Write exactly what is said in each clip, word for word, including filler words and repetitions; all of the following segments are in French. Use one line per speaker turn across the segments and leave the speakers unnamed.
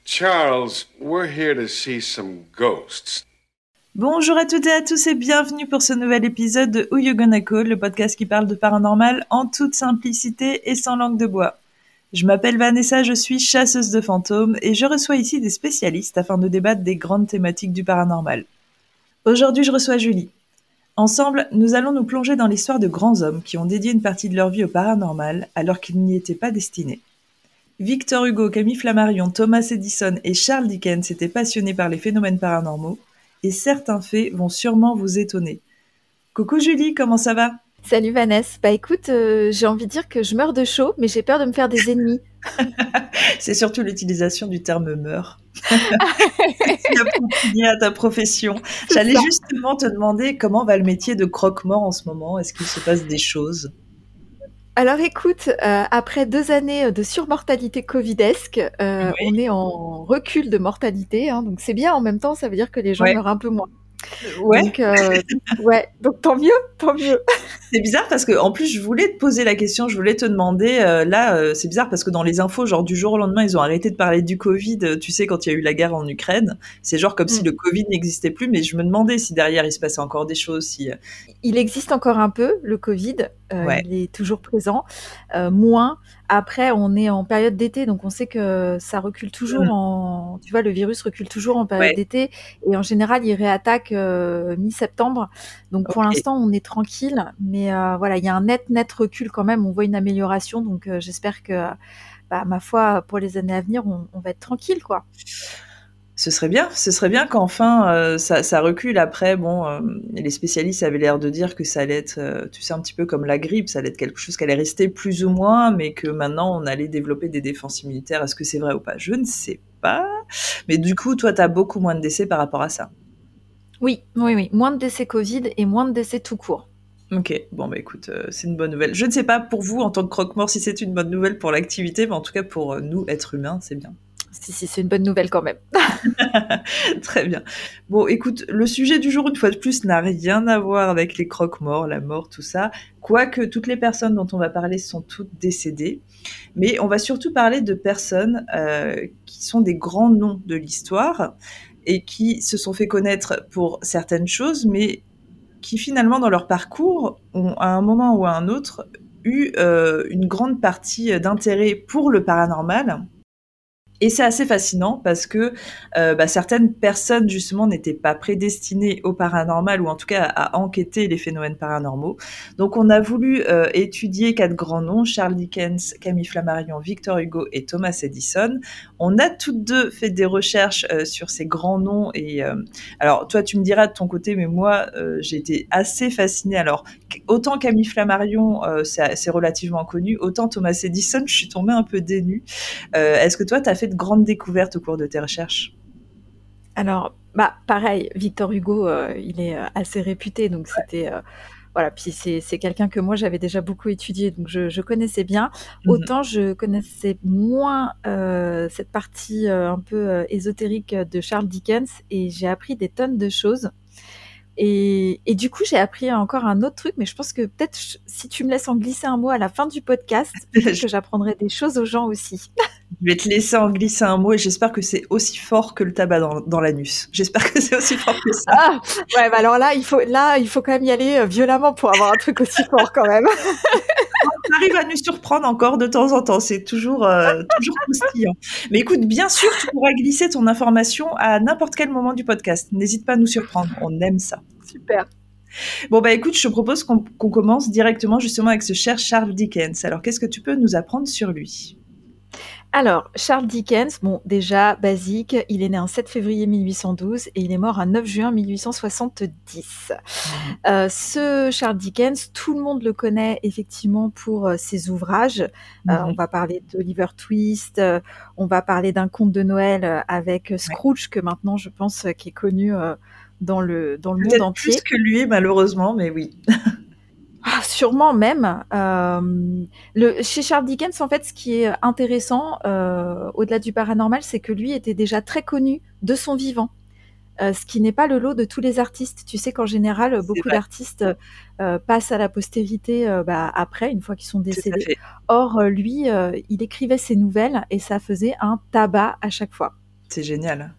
Charles, we're here to see some ghosts.
Bonjour à toutes et à tous et bienvenue pour ce nouvel épisode de Who You Gonna Call, le podcast qui parle de paranormal en toute simplicité et sans langue de bois. Je m'appelle Vanessa, je suis chasseuse de fantômes et je reçois ici des spécialistes afin de débattre des grandes thématiques du paranormal. Aujourd'hui, je reçois Julie. Ensemble, nous allons nous plonger dans l'histoire de grands hommes qui ont dédié une partie de leur vie au paranormal alors qu'ils n'y étaient pas destinés. Victor Hugo, Camille Flammarion, Thomas Edison et Charles Dickens étaient passionnés par les phénomènes paranormaux et certains faits vont sûrement vous étonner. Coucou Julie, comment ça va ?
Salut Vanessa, bah écoute, euh, j'ai envie de dire que je meurs de chaud, mais j'ai peur de me faire des ennemis.
C'est surtout l'utilisation du terme « meurt ». C'est approprié à ta profession.
C'est
J'allais
ça.
justement te demander comment va le métier de croque-mort en ce moment. Est-ce qu'il se passe des choses ?
Alors écoute, euh, après deux années de surmortalité covidesque, euh,
Oui.
on est en recul de mortalité, hein, donc c'est bien en même temps, ça veut dire que les gens
Ouais.
meurent un peu moins.
Ouais,
Donc, euh, ouais, donc tant mieux, tant mieux.
c'est bizarre parce que en plus je voulais te poser la question, je voulais te demander euh, là euh, c'est bizarre parce que dans les infos genre du jour au lendemain ils ont arrêté de parler du Covid, euh, tu sais quand il y a eu la guerre en Ukraine, c'est genre comme si
Mm.
le Covid n'existait plus, mais je me demandais si derrière il se passait encore des choses, si euh,
Il existe encore un peu, le Covid, euh,
ouais.
il est toujours présent, euh, moins. Après, on est en période d'été, donc on sait que ça recule toujours
Mm.
en... Tu vois, le virus recule toujours en période
Ouais.
d'été, et en général, il réattaque euh, mi-septembre. Donc pour
Ok.
l'instant, on est tranquille, mais euh, voilà, il y a un net, net recul quand même, on voit une amélioration, donc euh, j'espère que, bah, ma foi, pour les années à venir, on, on va être tranquille, quoi.
Ce serait bien, ce serait bien qu'enfin euh, ça, ça recule. Après, bon, euh, les spécialistes avaient l'air de dire que ça allait être, euh, tu sais, un petit peu comme la grippe, ça allait être quelque chose qui allait rester plus ou moins, mais que maintenant on allait développer des défenses immunitaires. Est-ce que c'est vrai ou pas ? Je ne sais pas. Mais du coup, toi, tu as beaucoup moins de décès par rapport à ça.
Oui, oui, oui, moins de décès Covid et moins de décès tout court.
Ok, bon bah écoute, euh, c'est une bonne nouvelle. Je ne sais pas pour vous en tant que croque-mort si c'est une bonne nouvelle pour l'activité, mais en tout cas pour euh, nous, êtres humains, c'est bien.
Si, si, c'est une bonne nouvelle quand même.
Très bien. Bon, écoute, le sujet du jour, une fois de plus, n'a rien à voir avec les croque-morts, la mort, tout ça. Quoique toutes les personnes dont on va parler sont toutes décédées. Mais on va surtout parler de personnes euh, qui sont des grands noms de l'histoire et qui se sont fait connaître pour certaines choses, mais qui finalement, dans leur parcours, ont à un moment ou à un autre eu euh, une grande partie d'intérêt pour le paranormal. Et c'est assez fascinant parce que euh, bah, certaines personnes justement n'étaient pas prédestinées au paranormal ou en tout cas à, à enquêter les phénomènes paranormaux. Donc on a voulu euh, étudier quatre grands noms, Charles Dickens, Camille Flammarion, Victor Hugo et Thomas Edison. On a toutes deux fait des recherches euh, sur ces grands noms et euh, alors toi tu me diras de ton côté, mais moi euh, j'ai été assez fascinée. Alors autant Camille Flammarion euh, c'est, c'est relativement connu, autant Thomas Edison je suis tombée un peu dénue. Euh, est-ce que toi, tu as fait de grandes découvertes au cours de tes recherches ?
Alors, bah, pareil, Victor Hugo, euh, il est euh, assez réputé, donc c'était... euh, voilà, puis c'est, c'est quelqu'un que moi, j'avais déjà beaucoup étudié, donc je, je connaissais bien.
Mhm.
Autant je connaissais moins euh, cette partie euh, un peu euh, ésotérique de Charles Dickens, et j'ai appris des tonnes de choses. Et, et du coup, j'ai appris encore un autre truc, mais je pense que peut-être, je- si tu me laisses en glisser un mot à la fin du podcast, peut-être
Je
que j'apprendrai des choses aux gens aussi.
vais te laisser en glisser un mot et j'espère que c'est aussi fort que le tabac dans, dans l'anus. J'espère que c'est aussi fort que ça.
Ah, ouais, bah alors là, il faut, là, il faut quand même y aller euh, violemment pour avoir un truc aussi fort quand même.
Tu arrives à nous surprendre encore de temps en temps, c'est toujours, euh, toujours croustillant. Mais écoute, bien sûr, tu pourras glisser ton information à n'importe quel moment du podcast. N'hésite pas à nous surprendre, on aime ça.
Super.
Bon bah écoute, je te propose qu'on, qu'on commence directement justement avec ce cher Charles Dickens. Alors qu'est-ce que tu peux nous apprendre sur lui ?
Alors, Charles Dickens, bon, déjà, basique, il est né un sept février mille huit cent douze et il est mort un neuf juin mille huit cent soixante-dix. Euh, ce Charles Dickens, tout le monde le connaît effectivement pour euh, ses ouvrages. Euh,
Mhm.
on va parler d'Oliver Twist, euh, on va parler d'un conte de Noël euh, avec Scrooge, que maintenant, je pense, euh, qui est connu euh, dans le, dans le monde
Peut-être
entier.
plus que lui, malheureusement, mais oui.
Ah, sûrement même. Euh, le, chez Charles Dickens, en fait, ce qui est intéressant, euh, au-delà du paranormal, c'est que lui était déjà très connu de son vivant. Euh, ce qui n'est pas le lot de tous les artistes. Tu sais qu'en général,
C'est
beaucoup
vrai.
d'artistes euh, passent à la postérité euh, bah, après, une fois qu'ils sont
Tout à
décédés.
fait.
Or, euh, lui, euh, il écrivait ses nouvelles et ça faisait un tabac à chaque fois.
C'est génial.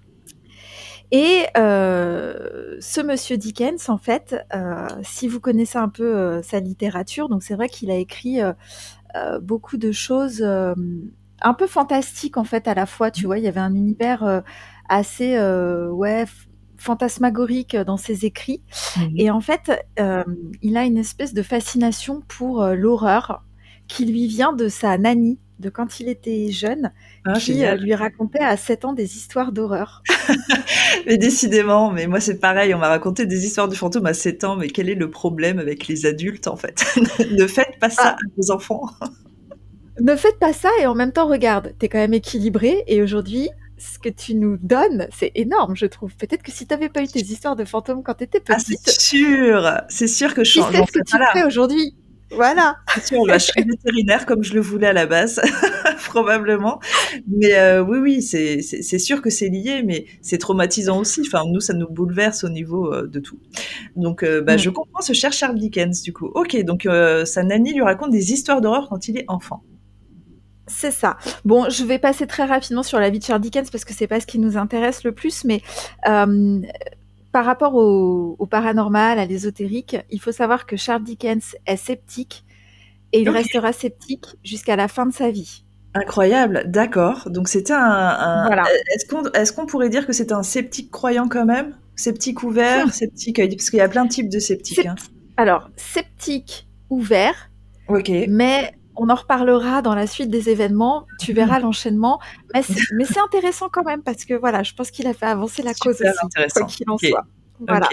Et euh, ce monsieur Dickens, en fait, euh, si vous connaissez un peu euh, sa littérature, donc c'est vrai qu'il a écrit euh, euh, beaucoup de choses euh, un peu fantastiques en fait à la fois. Tu vois, il y avait un univers euh, assez euh, ouais f- fantasmagorique dans ses écrits.
Mhm.
Et en fait, euh, il a une espèce de fascination pour euh, l'horreur qui lui vient de sa nanny, de quand il était jeune,
Ah,
qui euh,
génial.
lui racontait à sept ans des histoires d'horreur.
Mais décidément, mais moi c'est pareil, on m'a raconté des histoires de fantômes à sept ans, mais quel est le problème avec les adultes en fait? Ne faites pas ça
Ah,
à vos enfants.
ne faites pas ça et en même temps, regarde, t'es quand même équilibré et aujourd'hui, ce que tu nous donnes, c'est énorme, je trouve. Peut-être que si t'avais pas eu tes histoires de fantômes quand t'étais
Ah, c'est
petite,
sûr, c'est sûr que je
qui
j'en
sait ce que
serais pas
tu
là.
ferais aujourd'hui? Voilà.
C'est sûr, bah, je serais vétérinaire comme je le voulais à la base, probablement. Mais euh, oui, oui, c'est c'est c'est sûr que c'est lié, mais c'est traumatisant aussi. Enfin, nous, ça nous bouleverse au niveau euh, de tout. Donc, euh, bah,
Mm.
je comprends ce cher Charles Dickens, du coup. Ok, donc euh, sa nanny lui raconte des histoires d'horreur quand il est enfant.
C'est ça. Bon, je vais passer très rapidement sur la vie de Charles Dickens parce que c'est pas ce qui nous intéresse le plus, mais euh, par rapport au, au paranormal, à l'ésotérique, il faut savoir que Charles Dickens est sceptique et il
Ok,
restera sceptique jusqu'à la fin de sa vie.
incroyable, d'accord. Donc c'était un, un-
Voilà.
est-ce qu'on est-ce qu'on pourrait dire que c'est un sceptique croyant quand même? Sceptique ouvert, sceptique, euh, parce qu'il y a plein de types de sceptiques, hein.
Scepti- Alors, sceptique ouvert,
Ok.
mais on en reparlera dans la suite des événements. Tu
Hmm,
verras l'enchaînement. Mais c'est, mais c'est intéressant quand même parce que voilà, je pense qu'il a fait avancer la cause
super
aussi, quoi
intéressant.
qu'il en
Ok,
soit. Voilà.
ok.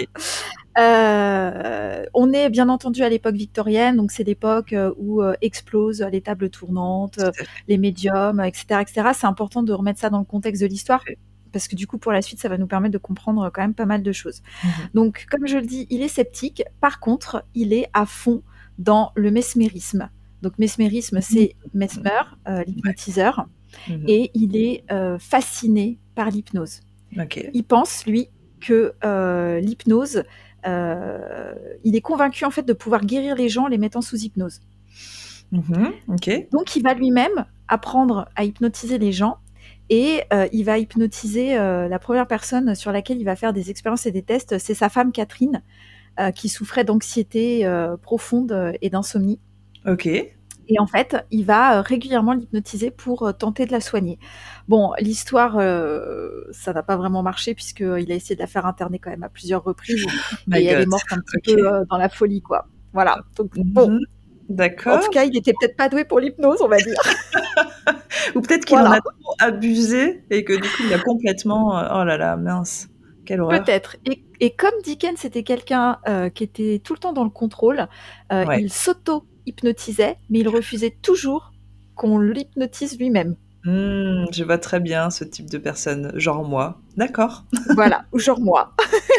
Euh, on est bien entendu à l'époque victorienne, donc c'est l'époque euh, où euh, explosent les tables tournantes, euh,
Tout à fait.
les médiums, et cetera, et cetera. C'est important de remettre ça dans le contexte de l'histoire
Fait.
parce que du coup, pour la suite, ça va nous permettre de comprendre quand même pas mal de choses.
Mhm.
Donc, comme je le dis, il est sceptique. Par contre, il est à fond dans le mesmérisme. Donc, mesmérisme, c'est Mesmer, euh, l'hypnotiseur,
Mhm.
et il est euh, fasciné par l'hypnose.
Ok.
Il pense, lui, que euh, l'hypnose, euh, il est convaincu en fait de pouvoir guérir les gens en les mettant sous hypnose.
Mhm. Ok.
Donc, il va lui-même apprendre à hypnotiser les gens et euh, il va hypnotiser euh, la première personne sur laquelle il va faire des expériences et des tests, c'est sa femme Catherine, euh, qui souffrait d'anxiété euh, profonde euh, et d'insomnie.
Ok.
Et en fait, il va euh, régulièrement l'hypnotiser pour euh, tenter de la soigner. Bon, l'histoire, euh, ça n'a pas vraiment marché puisqu'il a essayé de la faire interner quand même à plusieurs reprises
My
et elle est
God.
morte un petit
Ok.
peu euh, dans la folie, quoi. Voilà. Donc, bon,
Mhm.
en
D'accord.
tout cas, il était peut-être pas doué pour l'hypnose, on va dire.
Ou peut-être qu'il en
Voilà,
a trop abusé et que du coup il a complètement. euh, Oh là là, mince. Quelle horreur.
peut-être. Et, et comme Dickens était quelqu'un euh, qui était tout le temps dans le contrôle, euh,
Ouais.
il s'auto-hypnotisait, mais il refusait toujours qu'on l'hypnotise lui-même.
Hmm, je vois très bien ce type de personne, genre moi. D'accord.
Voilà, genre moi.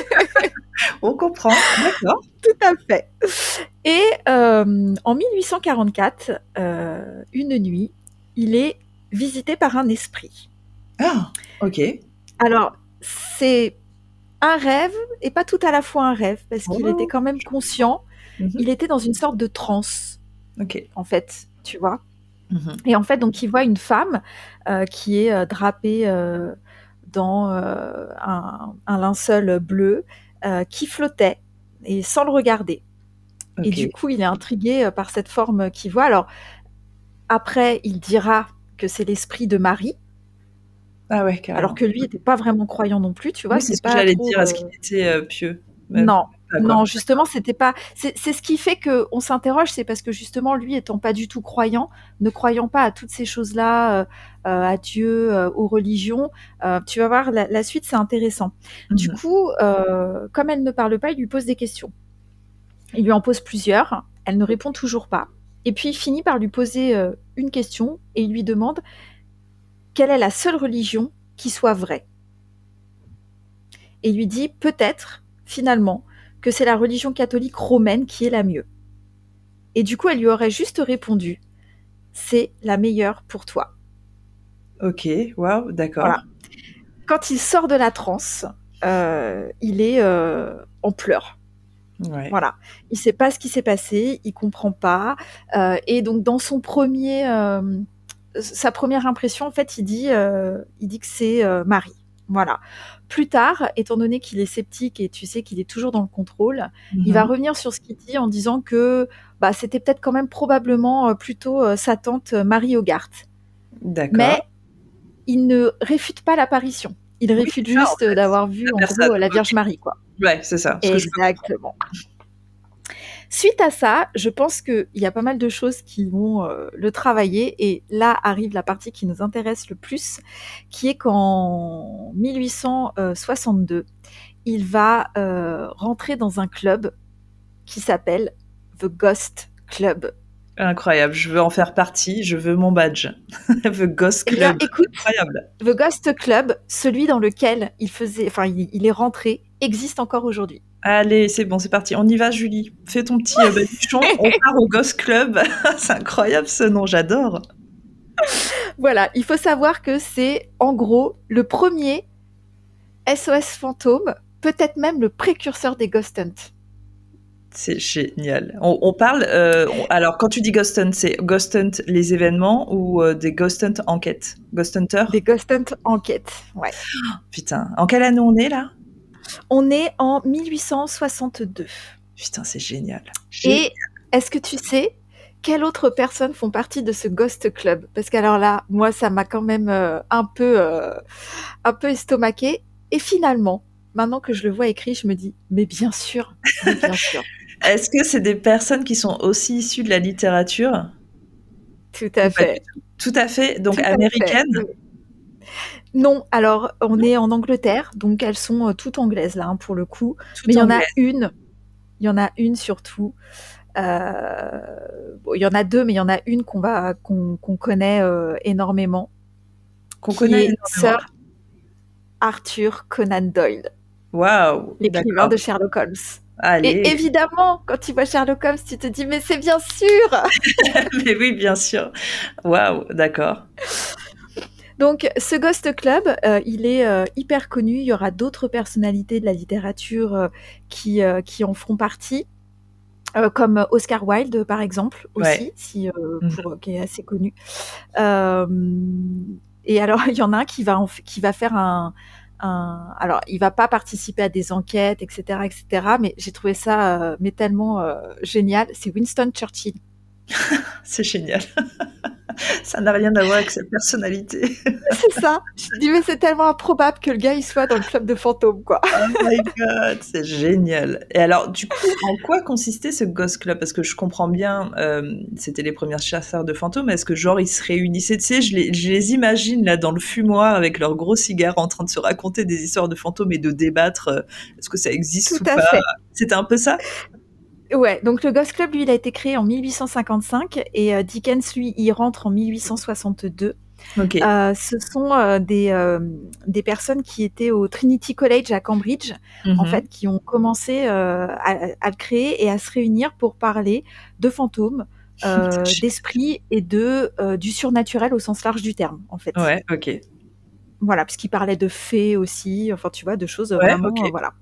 On comprend. D'accord.
Tout à fait. Et euh, en mille huit cent quarante-quatre, euh, une nuit, il est visité par un esprit.
Ah, ok.
Alors, c'est un rêve et pas tout à la fois un rêve, parce qu'il était
Oh.
quand même conscient.
Mhm.
Il était dans une sorte de transe,
Ok.
en fait, tu vois.
Mhm.
Et en fait, donc, il voit une femme euh, qui est euh, drapée euh, dans euh, un, un linceul bleu euh, qui flottait et sans le regarder. Et
Ok.
du coup, il est intrigué euh, par cette forme qu'il voit. Alors, après, il dira que c'est l'esprit de Marie,
Ah ouais,
alors
carrément.
que lui n'était pas vraiment croyant non plus, tu vois,
Oui, c'est
c'est
ce que
pas
j'allais
trop...
dire. Est-ce qu'il
euh,
était euh, pieux? Même
Non,
pas, quoi.
non, justement, c'était pas... C'est c'est ce qui fait qu'on s'interroge, c'est parce que justement, lui étant pas du tout croyant, ne croyant pas à toutes ces choses-là, euh, euh, à Dieu, euh, aux religions, euh, tu vas voir, la, la suite, c'est intéressant. Du
Mhm.
coup, euh, comme elle ne parle pas, il lui pose des questions. Il lui en pose plusieurs, elle ne répond toujours pas. Et puis il finit par lui poser euh, une question et il lui demande quelle est la seule religion qui soit vraie. Et il lui dit peut-être, finalement, que c'est la religion catholique romaine qui est la mieux. Et du coup, elle lui aurait juste répondu c'est la meilleure pour toi.
Ok. Waouh. D'accord.
Voilà. Quand il sort de la transe, euh, il est euh, en pleurs.
Ouais.
Voilà, il sait pas ce qui s'est passé, il comprend pas, euh, et donc dans son premier, euh, sa première impression, en fait, il dit, euh, il dit que c'est euh, Marie. Voilà. Plus tard, étant donné qu'il est sceptique et tu sais qu'il est toujours dans le contrôle,
Mmh
il va
mh.
revenir sur ce qu'il dit en disant que, bah, c'était peut-être quand même probablement, heu, plutôt, heu, sa tante, heu, Mary Hogarth.
D'accord.
Mais il ne réfute pas l'apparition. Il
Oui,
réfute
c'est ça, en
juste, heu,
fait,
d'avoir
la
vu, en
personne.
gros, heu, la
OK.
Vierge Marie, quoi.
Ouais, c'est ça, ce que je peux comprendre.
Exactement. Suite à ça, je pense qu'il y a pas mal de choses qui vont, heu, le travailler et là arrive la partie qui nous intéresse le plus, qui est qu'en mille huit cent, heu, soixante-deux, il va, heu, rentrer dans un club qui s'appelle The Ghost Club.
Incroyable, je veux en faire partie, je veux mon badge. The Ghost
Eh bien,
Club,
écoute,
incroyable.
The Ghost Club, celui dans lequel il faisait enfin, il il est rentré, existe encore aujourd'hui.
Allez, c'est bon, c'est parti. On y va, Julie. Fais ton petit, heu, baluchon, on part au Ghost Club. C'est incroyable ce nom, j'adore.
Voilà, il faut savoir que c'est, en gros, le premier S O S fantôme, peut-être même le précurseur des Ghost Hunt.
C'est génial. On on parle, heu, on alors quand tu dis Ghost Hunt, c'est Ghost Hunt les événements ou heu, des Ghost Hunt enquêtes? Ghost Hunter?
Des Ghost Hunt enquêtes, ouais.
Putain, en quelle année on est là?
On est en mille huit cent soixante-deux.
Putain, c'est génial. Génial.
Et est-ce que tu sais quelles autres personnes font partie de ce Ghost Club? Parce qu'alors là, moi, ça m'a quand même, heu, un peu, heu, un peu estomaquée et finalement, maintenant que je le vois écrit, je me dis: «Mais bien sûr, mais bien sûr».
Est-ce que c'est des personnes qui sont aussi issues de la littérature?
Tout
Ou
à
pas du
fait.
tout? Tout à fait, donc
Tout à fait,
américaines?
oui. Non, alors on
Non?
est en Angleterre, donc elles sont, heu, toutes anglaises là, hein, pour le coup. Mais
Toutes
il y en a
anglaises.
une il y en a une surtout, heu, bon, il y en a deux, mais il y en a une qu'on va qu'on qu'on connaît, heu, énormément,
Qu'on
qui
connaît
est
énormément.
Sir Arthur Conan Doyle
Waouh!
l'écrivain
D'accord.
de Sherlock Holmes. Et
Allez!
évidemment, quand tu vois Sherlock Holmes, tu te dis: «Mais c'est bien sûr!»
Mais oui, bien sûr. Waouh, d'accord.
Donc ce Ghost Club, heu, il est, heu, hyper connu. Il y aura d'autres personnalités de la littérature, heu, qui, heu, qui en feront partie, heu, comme Oscar Wilde, par exemple,
Ouais.
aussi, si, heu,
Mmh mh.
pour qui est assez connu. Hem et alors il y en a un qui va en f qui va faire un un alors il va pas participer à des enquêtes et cetera et cetera, mais j'ai trouvé ça, heu, mais tellement, heu, génial, c'est Winston Churchill.
C'est génial. Ça n'a rien à voir avec sa personnalité.
C'est ça! Je me dis: «Mais c'est tellement improbable que le gars, il soit dans le club de fantômes, quoi».
Oh my God, c'est génial. Et alors, du coup, en quoi consistait ce Ghost Club? Parce que je comprends bien, hem, c'était les premiers chasseurs de fantômes. Est-ce que genre ils se réunissaient? Tu sais, je les je les imagine là dans le fumoir avec leurs gros cigares en train de se raconter des histoires de fantômes et de débattre, heu, est-ce que ça existe
Tout
ou
à
pas?
fait.
C'était un peu ça?
Ouais, donc le Ghost Club, lui, il a été créé en mille huit cent cinquante-cinq et heu, Dickens, lui, il rentre en mille huit cent soixante-deux.
OK.
Heu, ce sont, heu, des, hem, des personnes qui étaient au Trinity College à Cambridge,
Mmh
en
mh.
fait, qui ont commencé, heu, à à le créer et à se réunir pour parler de fantômes,
C'est
heu,
génial.
d'esprits et de, heu, du surnaturel au sens large du terme, en fait.
Ouais, OK.
Voilà, puisqu'il parlait de fées aussi, enfin, tu vois, de choses, heu,
Ouais,
vraiment, heu,
OK.
voilà.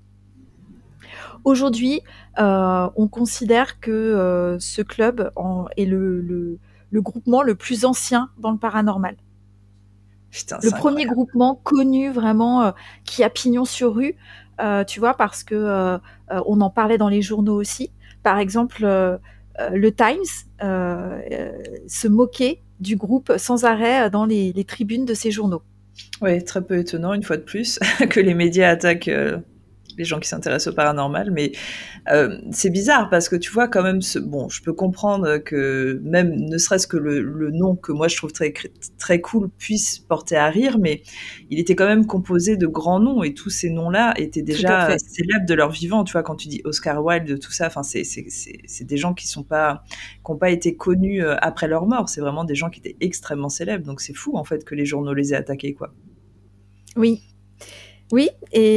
Aujourd'hui, heu, on considère que, heu, ce club en est le le le groupement le plus ancien dans le paranormal.
Putain,
Le
c'est
premier
incroyable.
groupement connu vraiment, heu, qui a pignon sur rue, heu, tu vois? Parce que, heu heu, on en parlait dans les journaux aussi. Par exemple, heu heu, le Times, heu heu, se moquait du groupe sans arrêt, heu, dans les les tribunes de ses journaux.
Ouais, très peu étonnant une fois de plus que les médias attaquent, heu, les gens qui s'intéressent au paranormal, mais heu, c'est bizarre parce que tu vois quand même ce bon, je peux comprendre que même ne serait-ce que le le nom que moi je trouve très cr très cool puisse porter à rire, mais il était quand même composé de grands noms et tous ces noms-là étaient
Tout à
déjà, heu,
fait.
célèbres de leur vivant. Tu vois? Quand tu dis Oscar Wilde, tout ça, enfin c'est c'est c'est c'est des gens qui sont pas qui ont pas été connus, heu, après leur mort. C'est vraiment des gens qui étaient extrêmement célèbres, donc c'est fou en fait que les journaux les aient attaqués, quoi.
Oui. Oui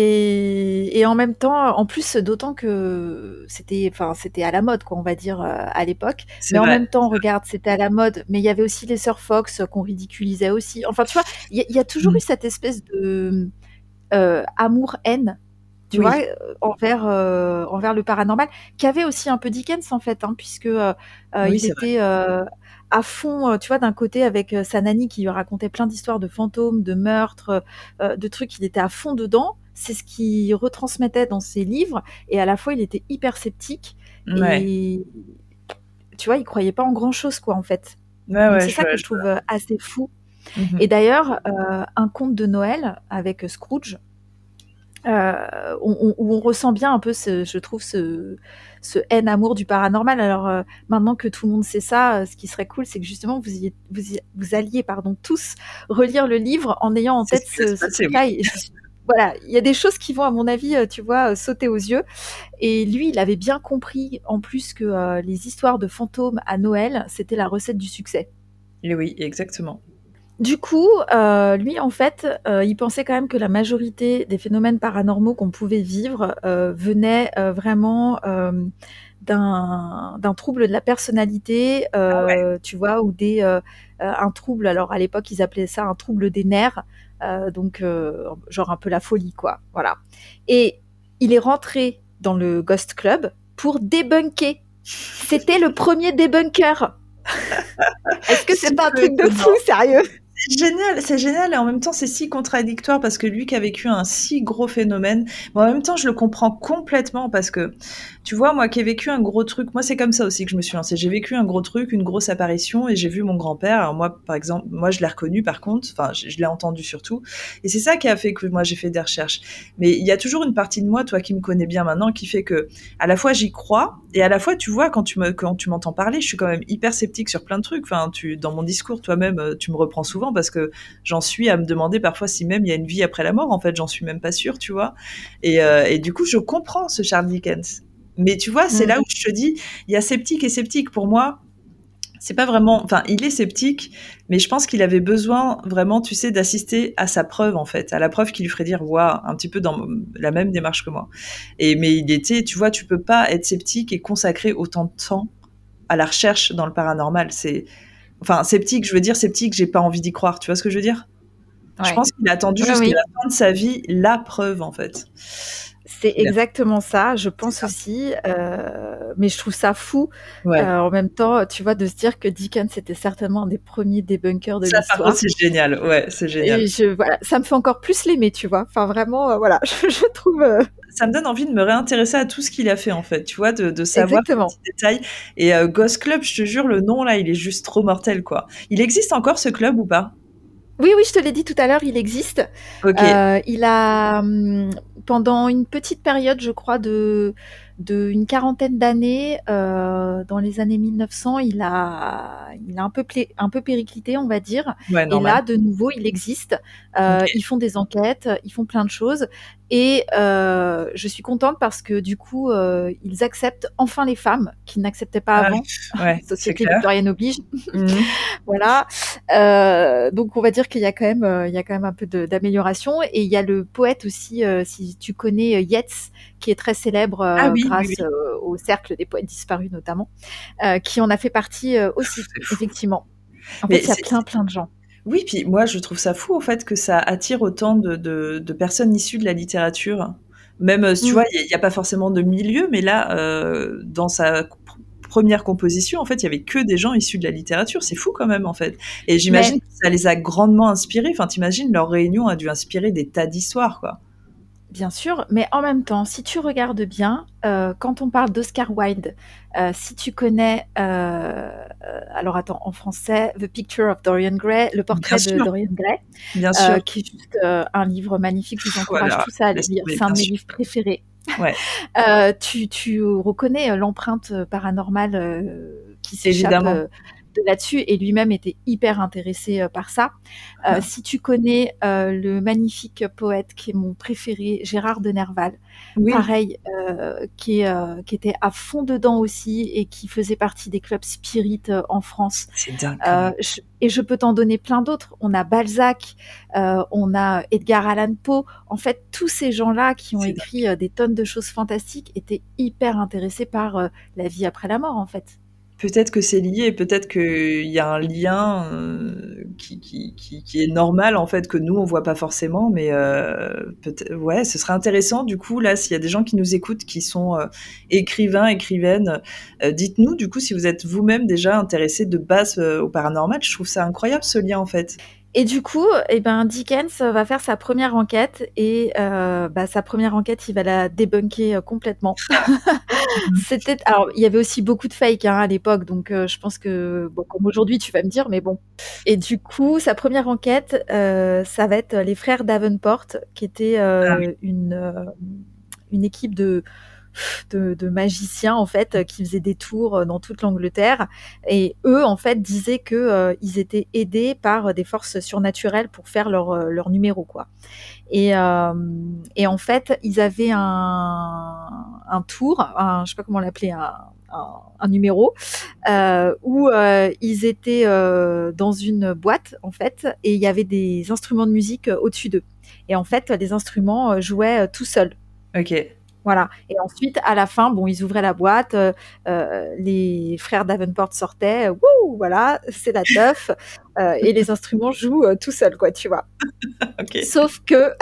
et et en même temps, en plus, d'autant que c'était enfin, c'était à la mode quoi, on va dire, heu, à l'époque.
C'est
Mais en
vrai,
même temps,
c'est vrai.
regarde, c'était à la mode, mais il y avait aussi les sœurs Fox qu'on ridiculisait aussi. Enfin, tu vois? Il y a il y a toujours eu
Mmh.
cette espèce de, heu, amour-haine, tu vois?
Oui.
Heu, envers, heu, envers le paranormal, qu'avait aussi un peu Dickens en fait, hein, puisque, heu heu,
Oui,
il
c'est vrai.
était, heu, à fond, euh, tu vois, d'un côté avec euh, sa nanny qui lui racontait plein d'histoires de fantômes, de meurtres, euh, de trucs, il était à fond dedans. C'est ce qu'il retransmettait dans ses livres, et à la fois, il était hyper sceptique,
Ouais.
et tu vois, il croyait pas en grand-chose, quoi, en fait.
Ouais,
Donc
ouais,
c'est
je
ça
vois,
que
je
je trouve euh, assez fou.
vois.
Et
Mhm.
d'ailleurs, euh, un conte de Noël avec Scrooge, euh, on- on- où on ressent bien un peu, ce, je trouve, ce, ce haine-amour du paranormal. Alors euh, maintenant que tout le monde sait ça, euh, ce qui serait cool, c'est que justement vous, y, vous, y- vous alliez pardon, tous relire le livre en ayant en
C'est ce
tête
qui va
ce,
se
ce
passer,
truc-là.
oui.
Et je suis- voilà, il y a des choses qui vont, à mon avis, euh, tu vois, euh, sauter aux yeux. Et lui, il avait bien compris, en plus, que euh, les histoires de fantômes à Noël, c'était la recette du succès.
Et oui, exactement.
Du coup, euh, lui, en fait, euh, il pensait quand même que la majorité des phénomènes paranormaux qu'on pouvait vivre euh, venaient euh, vraiment euh, d'un d'un trouble de la personnalité,
Ah ouais.
euh, tu vois, ou des euh, euh, un trouble. Alors à l'époque, ils appelaient ça un trouble des nerfs, euh, donc euh, genre un peu la folie, quoi. Voilà. Et il est rentré dans le Ghost Club pour débunker. C'était le premier débunker. Est-ce que c'est
Si
pas un
peu
truc de fou,
étonnant.
sérieux?
C'est génial, c'est génial et en même temps c'est si contradictoire parce que lui qui a vécu un si gros phénomène, mais en même temps je le comprends complètement parce que tu vois moi qui ai vécu un gros truc, moi c'est comme ça aussi que je me suis lancée. J'ai vécu un gros truc, une grosse apparition et j'ai vu mon grand-père. Alors moi par exemple, moi je l'ai reconnu par contre, enfin je, je l'ai entendu surtout et c'est ça qui a fait que moi j'ai fait des recherches. Mais il y a toujours une partie de moi, toi qui me connais bien maintenant, qui fait que à la fois j'y crois et à la fois tu vois quand tu me quand tu m'entends parler, je suis quand même hyper sceptique sur plein de trucs. Enfin tu dans mon discours toi-même euh, tu me reprends souvent parce que j'en suis à me demander parfois si même il y a une vie après la mort. En fait, j'en suis même pas sûre, tu vois. Et, euh, et du coup, je comprends ce Charles Dickens. Mais tu vois, c'est
Mm.
là où je te dis, il y a sceptique et sceptique. Pour moi, c'est pas vraiment. Enfin, il est sceptique, mais je pense qu'il avait besoin vraiment, tu sais, d'assister à sa preuve en fait, à la preuve qui lui ferait dire, waouh, un petit peu dans la même démarche que moi. Et mais il était, tu vois, tu peux pas être sceptique et consacrer autant de temps à la recherche dans le paranormal. C'est Enfin, sceptique, je veux dire sceptique, j'ai pas envie d'y croire, tu vois ce que je veux dire? Je
Ouais.
pense qu'il a attendu
Oui,
jusqu'à
oui,
la fin de sa vie la preuve, en fait.
c'est
Il a
exactement ça, je
C'est
pense
ça.
aussi, heu, mais je trouve ça fou, heu,
Ouais.
en même temps, tu vois, de se dire que Dickens était certainement un des premiers débunkers de
Ça, par contre,
l'histoire,
c'est génial. Ouais, c'est génial.
et je voilà, ça me fait encore plus l'aimer, tu vois? Enfin vraiment, heu, voilà, je je trouve, heu
Ça me donne envie de me réintéresser à tout ce qu'il a fait, en fait, tu vois? De de savoir ces
exactement.
petits détails et heu, Ghost Club, je te jure, le nom, là, il est juste trop mortel, quoi. Il existe encore ce club ou pas?
Oui, oui, je te l'ai dit tout à l'heure, il existe.
OK.
Heu, il a, mmh, pendant une petite période, je crois, de de une quarantaine d'années, heu, dans les années mille neuf cents, il a il a un peu plé un peu périclité, on va dire,
Ouais,
et
normal.
là, de nouveau, il existe. Heu,
OK.
ils font des enquêtes, ils font plein de choses, et heu, je suis contente parce que du coup, heu, ils acceptent enfin les femmes qu'ils n'acceptaient pas
Ah,
avant.
ouais, c'est
Société
clair.
victorienne oblige.
Mmh.
Voilà. Euh, donc on va dire qu'il y a quand même, euh, il y a quand même un peu de- d'amélioration. Et il y a le poète aussi, euh, si tu connais euh, Yeats, qui est très célèbre
Ah
euh,
oui, oui,
grâce
oui.
euh, au cercle des poètes disparus notamment, euh, qui en a fait partie euh, aussi,
C'est fou.
effectivement. En
Mais
fait, il y a
c'est
plein plein de gens.
Oui, puis moi je trouve ça fou en fait que ça attire autant de, de, de personnes issues de la littérature. Même, euh, tu
Mm.
vois, il n'y a, a, pas forcément de milieu, mais là, euh, dans sa pr- première composition, en fait, il y avait que des gens issus de la littérature. C'est fou quand même, en fait. Et j'imagine
Mais
que ça les a grandement inspirés. Enfin, t'imagines, leur réunion a dû inspirer des tas d'histoires, quoi.
bien sûr, mais en même temps, si tu regardes bien, euh, quand on parle d'Oscar Wilde, euh, si tu connais, euh, euh, alors attends, en français, The Picture of Dorian Gray, le
Bien
portrait de
sûr,
Dorian Gray,
bien sûr.
euh, qui est juste euh, un livre magnifique, je vous encourage
Voilà,
tous à le
laisse
lire,
tomber,
c'est un
bien
de mes
sûr.
livres préférés.
Ouais,
Euh, tu, tu reconnais euh, l'empreinte euh, paranormale euh, qui s'échappe
évidemment.
euh, de là-dessus, et lui-même était hyper intéressé euh, par ça. Euh, si tu connais euh, le magnifique poète qui est mon préféré, Gérard de Nerval,
Oui,
pareil, euh, qui, est, euh, qui était à fond dedans aussi et qui faisait partie des clubs spirites euh, en France.
c'est dingue quand
Euh,
même.
je- et je peux t'en donner plein d'autres. On a Balzac, euh, on a Edgar Allan Poe. En fait, tous ces gens-là qui ont
C'est
écrit euh, des tonnes de choses fantastiques étaient hyper intéressés par euh, la vie après la mort, en fait.
peut-être que c'est lié et peut-être qu'il y a un lien euh, qui, qui, qui, qui est normal en fait que nous on voit pas forcément, mais euh, peut-être ouais, ce serait intéressant du coup là s'il y a des gens qui nous écoutent qui sont euh, écrivains, écrivaines, euh, dites-nous du coup si vous êtes vous-même déjà intéressés de base euh, au paranormal. Je trouve ça incroyable ce lien en fait.
Et du coup, eh ben, Dickens va faire sa première enquête et euh, bah, sa première enquête, il va la débunker euh, complètement. C'était, alors, il y avait aussi beaucoup de fake hein, à l'époque, donc euh, je pense que, bon, comme aujourd'hui, tu vas me dire, mais bon. Et du coup, sa première enquête, euh, ça va être les frères Davenport, qui étaient euh,
Ah oui.
une, euh, une équipe de de, de magiciens en fait qui faisaient des tours dans toute l'Angleterre et eux en fait disaient que euh, ils étaient aidés par des forces surnaturelles pour faire leur euh, leur numéro quoi. Et euh, et en fait ils avaient un un tour, un, je sais pas comment l'appeler, un un, un numéro euh, où euh, ils étaient euh, dans une boîte en fait et il y avait des instruments de musique euh, au-dessus d'eux et en fait les instruments euh, jouaient euh, tout seuls.
Ok.
Voilà. Et ensuite, à la fin, bon, ils ouvraient la boîte, euh, euh, les frères Davenport sortaient, euh, wouh, voilà, c'est la teuf, euh, et les instruments jouent euh, tout seuls, quoi, tu vois.
Ok.
Sauf que,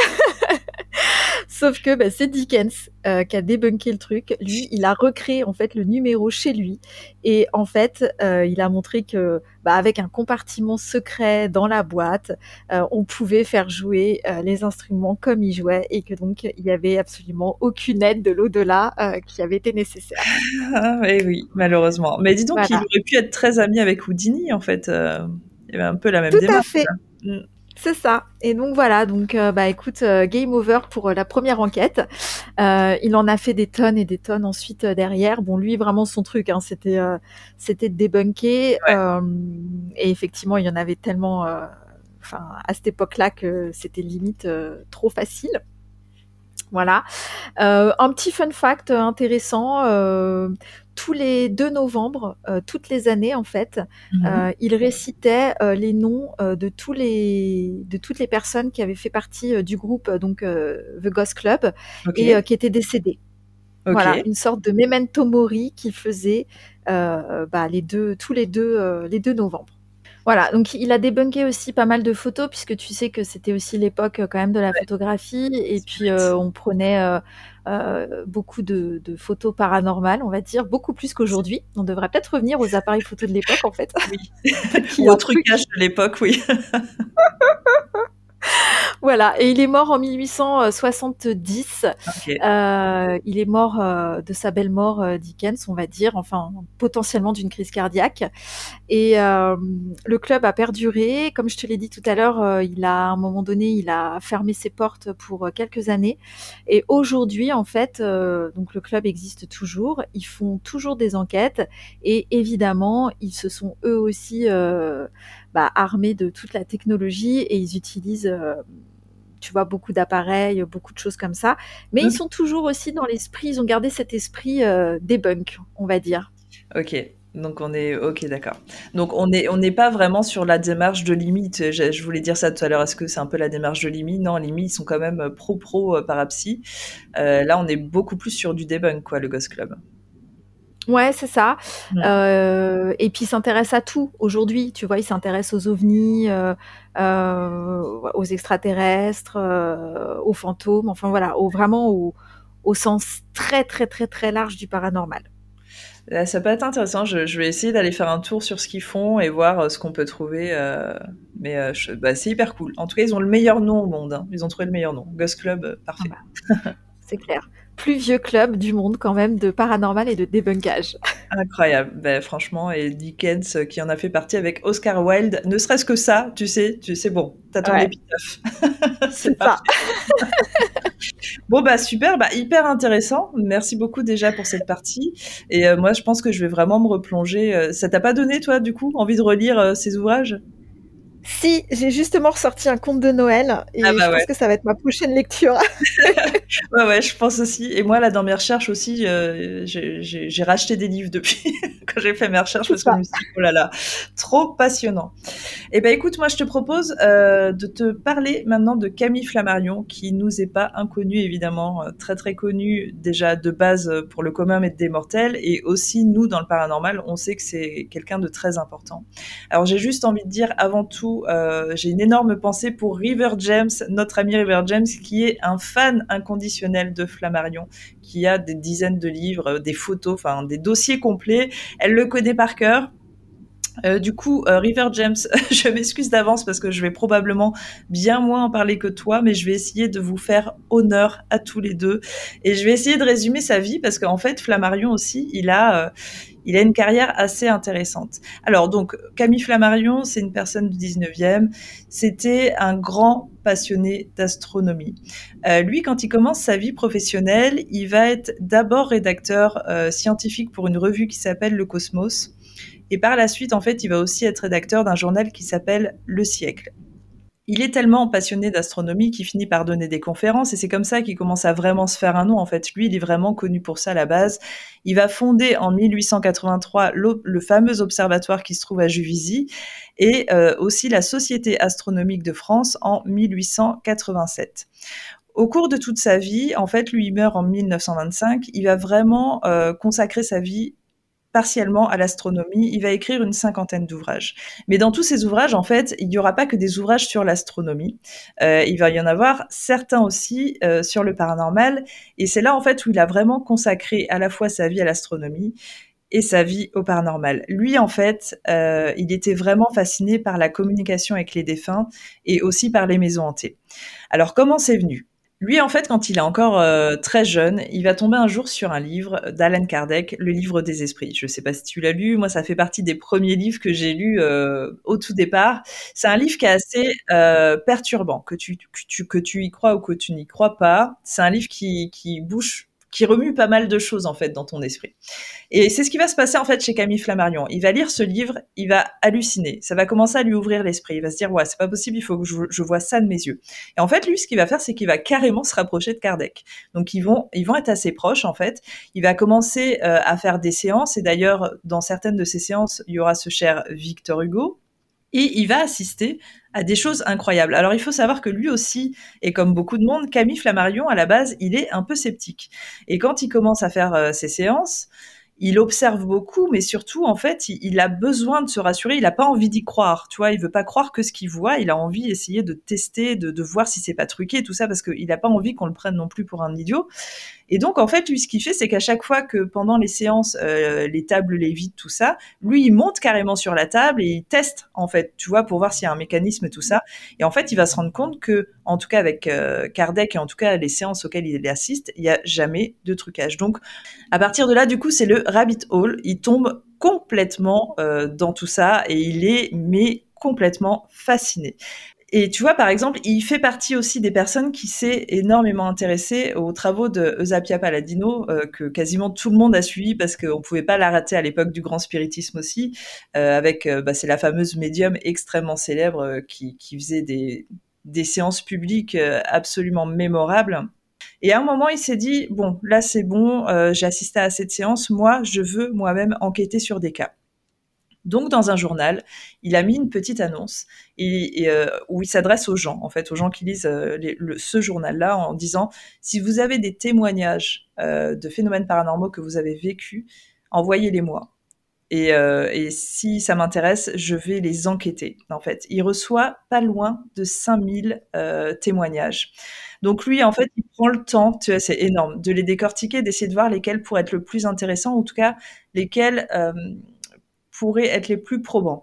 sauf que, bah, c'est Dickens euh, qui a débunké le truc. Lui, il a recréé en fait le numéro chez lui, et en fait, euh, il a montré que, bah, avec un compartiment secret dans la boîte, euh, on pouvait faire jouer euh, les instruments comme ils jouaient, et que donc il y avait absolument aucune aide de l'au-delà euh, qui avait été nécessaire.
Ah, eh oui, malheureusement. Mais dis donc, il
Voilà.
aurait pu être très ami avec Houdini en fait. euh, il y avait un peu la même
Tout à
démarche.
fait.
Mm.
C'est ça. Et donc voilà, donc euh, bah écoute, euh, game over pour euh, la première enquête. Euh, il en a fait des tonnes et des tonnes ensuite euh, derrière. Bon, lui vraiment son truc, hein, c'était euh, c'était de débunker.
Ouais.
Euh, et effectivement, il y en avait tellement, euh, enfin à cette époque-là que c'était limite euh, trop facile. Voilà. Euh, un petit fun fact intéressant, euh, tous les deux novembre, euh, toutes les années en fait,
Mhm.
euh, il récitait euh, les noms euh, de, tous les, de toutes les personnes qui avaient fait partie euh, du groupe euh, donc euh, The Ghost Club
Ok.
et euh, qui étaient décédées.
Ok.
Voilà, une sorte de memento mori qu'il faisait euh, bah, les deux, tous les deux, euh, les deux novembre. Voilà, donc il a débunké aussi pas mal de photos, puisque tu sais que c'était aussi l'époque euh, quand même de la
Ouais.
photographie, et
C'est
puis
bête.
euh, on prenait euh, euh, beaucoup de, de photos paranormales, on va dire, beaucoup plus qu'aujourd'hui. On devrait peut-être revenir aux appareils photo de l'époque, en fait.
Oui.
Peut-être qu'il y
Ou
a
au
un truc.
trucage de l'époque, oui.
Voilà, et il est mort en mille huit cent soixante-dix.
Ok.
Euh, il est mort euh, de sa belle mort, euh, Dickens, on va dire, enfin potentiellement d'une crise cardiaque. Et euh, le club a perduré. Comme je te l'ai dit tout à l'heure, euh, il a, à un moment donné, il a fermé ses portes pour euh, quelques années. Et aujourd'hui, en fait, euh, donc le club existe toujours. Ils font toujours des enquêtes. Et évidemment, ils se sont eux aussi euh, bah, armés de toute la technologie et ils utilisent... Euh, tu vois, beaucoup d'appareils, beaucoup de choses comme ça. Mais ils
Mm.
sont toujours aussi dans l'esprit, ils ont gardé cet esprit euh, debunk, on va dire.
Ok. Donc on est ok, d'accord. Donc on est on n'est pas vraiment sur la démarche de limite. Je, je voulais dire ça tout à l'heure. Est-ce que c'est un peu la démarche de Limi? Non, Limi ils sont quand même pro pro euh, parapsy. Euh, là on est beaucoup plus sur du debunk quoi, le Ghost Club.
Ouais, c'est ça.
Mm.
Euh, et puis, il s'intéresse à tout aujourd'hui. Tu vois, il s'intéresse aux ovnis, euh, euh, aux extraterrestres, euh, aux fantômes. Enfin voilà, au, vraiment au, au sens très très très très large du paranormal.
Là, ça peut être intéressant. Je, je vais essayer d'aller faire un tour sur ce qu'ils font et voir euh, ce qu'on peut trouver. euh, Mais euh, je- bah, c'est hyper cool. En tout cas, ils ont le meilleur nom au monde. Hein. Ils ont trouvé le meilleur nom. Ghost Club, euh,
Ah
parfait.
bah, c'est clair. Plus vieux club du monde quand même de paranormal et de débunkage.
Incroyable. Ben, franchement, et Dickens euh, qui en a fait partie avec Oscar Wilde. Ne serait-ce que ça, tu sais, tu sais, bon, t'as ton
Ouais,
épitaphe.
c'est
C'est
ça.
parfait. Bon, bah super, bah hyper intéressant. Merci beaucoup déjà pour cette partie. Et euh, moi, je pense que je vais vraiment me replonger. euh, Ça t'a pas donné, toi, du coup, envie de relire euh, ces ouvrages?
Si, j'ai justement ressorti un conte de Noël
Ah
et
bah
je pense
ouais.
que ça va être ma prochaine lecture.
Ouais, ouais, je pense aussi. Et moi, là, dans mes recherches aussi, euh, j'ai, j'ai, j'ai racheté des livres depuis quand j'ai fait mes recherches
C'est
parce que je
ça.
me suis dit, oh là là, trop passionnant. Eh ben, écoute, moi, je te propose euh, de te parler maintenant de Camille Flammarion, qui nous est pas inconnue, évidemment, euh, très très connue déjà de base euh, pour le commun des mortels, et aussi nous, dans le paranormal, on sait que c'est quelqu'un de très important. Alors, j'ai juste envie de dire, avant tout, euh, j'ai une énorme pensée pour River James, notre ami River James, qui est un fan inconditionnel de Flammarion, qui a des dizaines de livres, euh, des photos, enfin des dossiers complets. Elle le connaît par cœur. Euh, du coup, euh, River James, je m'excuse d'avance parce que je vais probablement bien moins en parler que toi, mais je vais essayer de vous faire honneur à tous les deux. Et je vais essayer de résumer sa vie parce qu'en fait, Flammarion aussi, il a, euh, il a une carrière assez intéressante. Alors donc, Camille Flammarion, c'est une personne du dix-neuvième. C'était un grand passionné d'astronomie. Euh, lui, quand il commence sa vie professionnelle, il va être d'abord rédacteur euh, scientifique pour une revue qui s'appelle Le Cosmos. Et par la suite, en fait, il va aussi être rédacteur d'un journal qui s'appelle Le Siècle. Il est tellement passionné d'astronomie qu'il finit par donner des conférences et c'est comme ça qu'il commence à vraiment se faire un nom. En fait, lui, il est vraiment connu pour ça à la base. Il va fonder en mille huit cent quatre-vingt-trois le, le fameux observatoire qui se trouve à Juvisy et euh, aussi la Société astronomique de France en mille huit cent quatre-vingt-sept. Au cours de toute sa vie, en fait, lui, il meurt en mille neuf cent vingt-cinq, il va vraiment euh, consacrer sa vie partiellement à l'astronomie. Il va écrire une cinquantaine d'ouvrages. Mais dans tous ces ouvrages, en fait, il n'y aura pas que des ouvrages sur l'astronomie. Euh, il va y en avoir certains aussi euh, sur le paranormal. Et c'est là, en fait, où il a vraiment consacré à la fois sa vie à l'astronomie et sa vie au paranormal. Lui, en fait, euh, il était vraiment fasciné par la communication avec les défunts et aussi par les maisons hantées. Alors, comment c'est venu ? Lui, en fait, quand il est encore euh, très jeune, il va tomber un jour sur un livre d'Alan Kardec, Le Livre des Esprits. Je ne sais pas si tu l'as lu, moi ça fait partie des premiers livres que j'ai lus euh, au tout départ. C'est un livre qui est assez euh, perturbant, que tu, que, tu, que tu y crois ou que tu n'y crois pas. C'est un livre qui, qui bouge, qui remue pas mal de choses en fait dans ton esprit. Et c'est ce qui va se passer en fait chez Camille Flammarion. Il va lire ce livre, il va halluciner. Ça va commencer à lui ouvrir l'esprit. Il va se dire ouais, c'est pas possible, il faut que je, je vois ça de mes yeux. Et en fait, lui, ce qu'il va faire, c'est qu'il va carrément se rapprocher de Kardec. Donc ils vont, ils vont être assez proches en fait. Il va commencer euh, à faire des séances. Et d'ailleurs, dans certaines de ces séances, il y aura ce cher Victor Hugo. Et il va assister à des choses incroyables. Alors il faut savoir que lui aussi, et comme beaucoup de monde, Camille Flammarion, à la base, il est un peu sceptique. Et quand il commence à faire euh, ses séances, il observe beaucoup, mais surtout, en fait, il, il a besoin de se rassurer. Il n'a pas envie d'y croire, tu vois. Il veut pas croire que ce qu'il voit. Il a envie d'essayer de tester, de, de voir si c'est pas truqué, tout ça, parce qu'il n'a pas envie qu'on le prenne non plus pour un idiot. Et donc, en fait, lui, ce qu'il fait, c'est qu'à chaque fois que pendant les séances, euh, les tables lévitent, tout ça, lui, il monte carrément sur la table et il teste, en fait, tu vois, pour voir s'il y a un mécanisme, tout ça. Et en fait, il va se rendre compte que, en tout cas avec euh, Kardec et en tout cas les séances auxquelles il assiste, il n'y a jamais de trucage. Donc, à partir de là, du coup, c'est le rabbit hole. Il tombe complètement euh, dans tout ça et il est, mais complètement fasciné. Et tu vois, par exemple, il fait partie aussi des personnes qui s'est énormément intéressé aux travaux de Eusapia Palladino, euh, que quasiment tout le monde a suivi parce qu'on pouvait pas la rater à l'époque du grand spiritisme aussi, euh, avec, euh, bah, c'est la fameuse médium extrêmement célèbre euh, qui, qui faisait des, des séances publiques euh, absolument mémorables. Et à un moment, il s'est dit, bon, là c'est bon, euh, j'ai assisté à cette séance, moi, je veux moi-même enquêter sur des cas. Donc, dans un journal, il a mis une petite annonce et, et, euh, où il s'adresse aux gens, en fait, aux gens qui lisent euh, les, le, ce journal-là, en disant si vous avez des témoignages euh, de phénomènes paranormaux que vous avez vécus, envoyez-les-moi. Et, euh, et si ça m'intéresse, je vais les enquêter. En fait, il reçoit pas loin de cinq mille euh, témoignages. Donc lui, en fait, il prend le temps, tu vois, c'est énorme, de les décortiquer, d'essayer de voir lesquels pourraient être le plus intéressants, ou en tout cas lesquels euh, pourraient être les plus probants.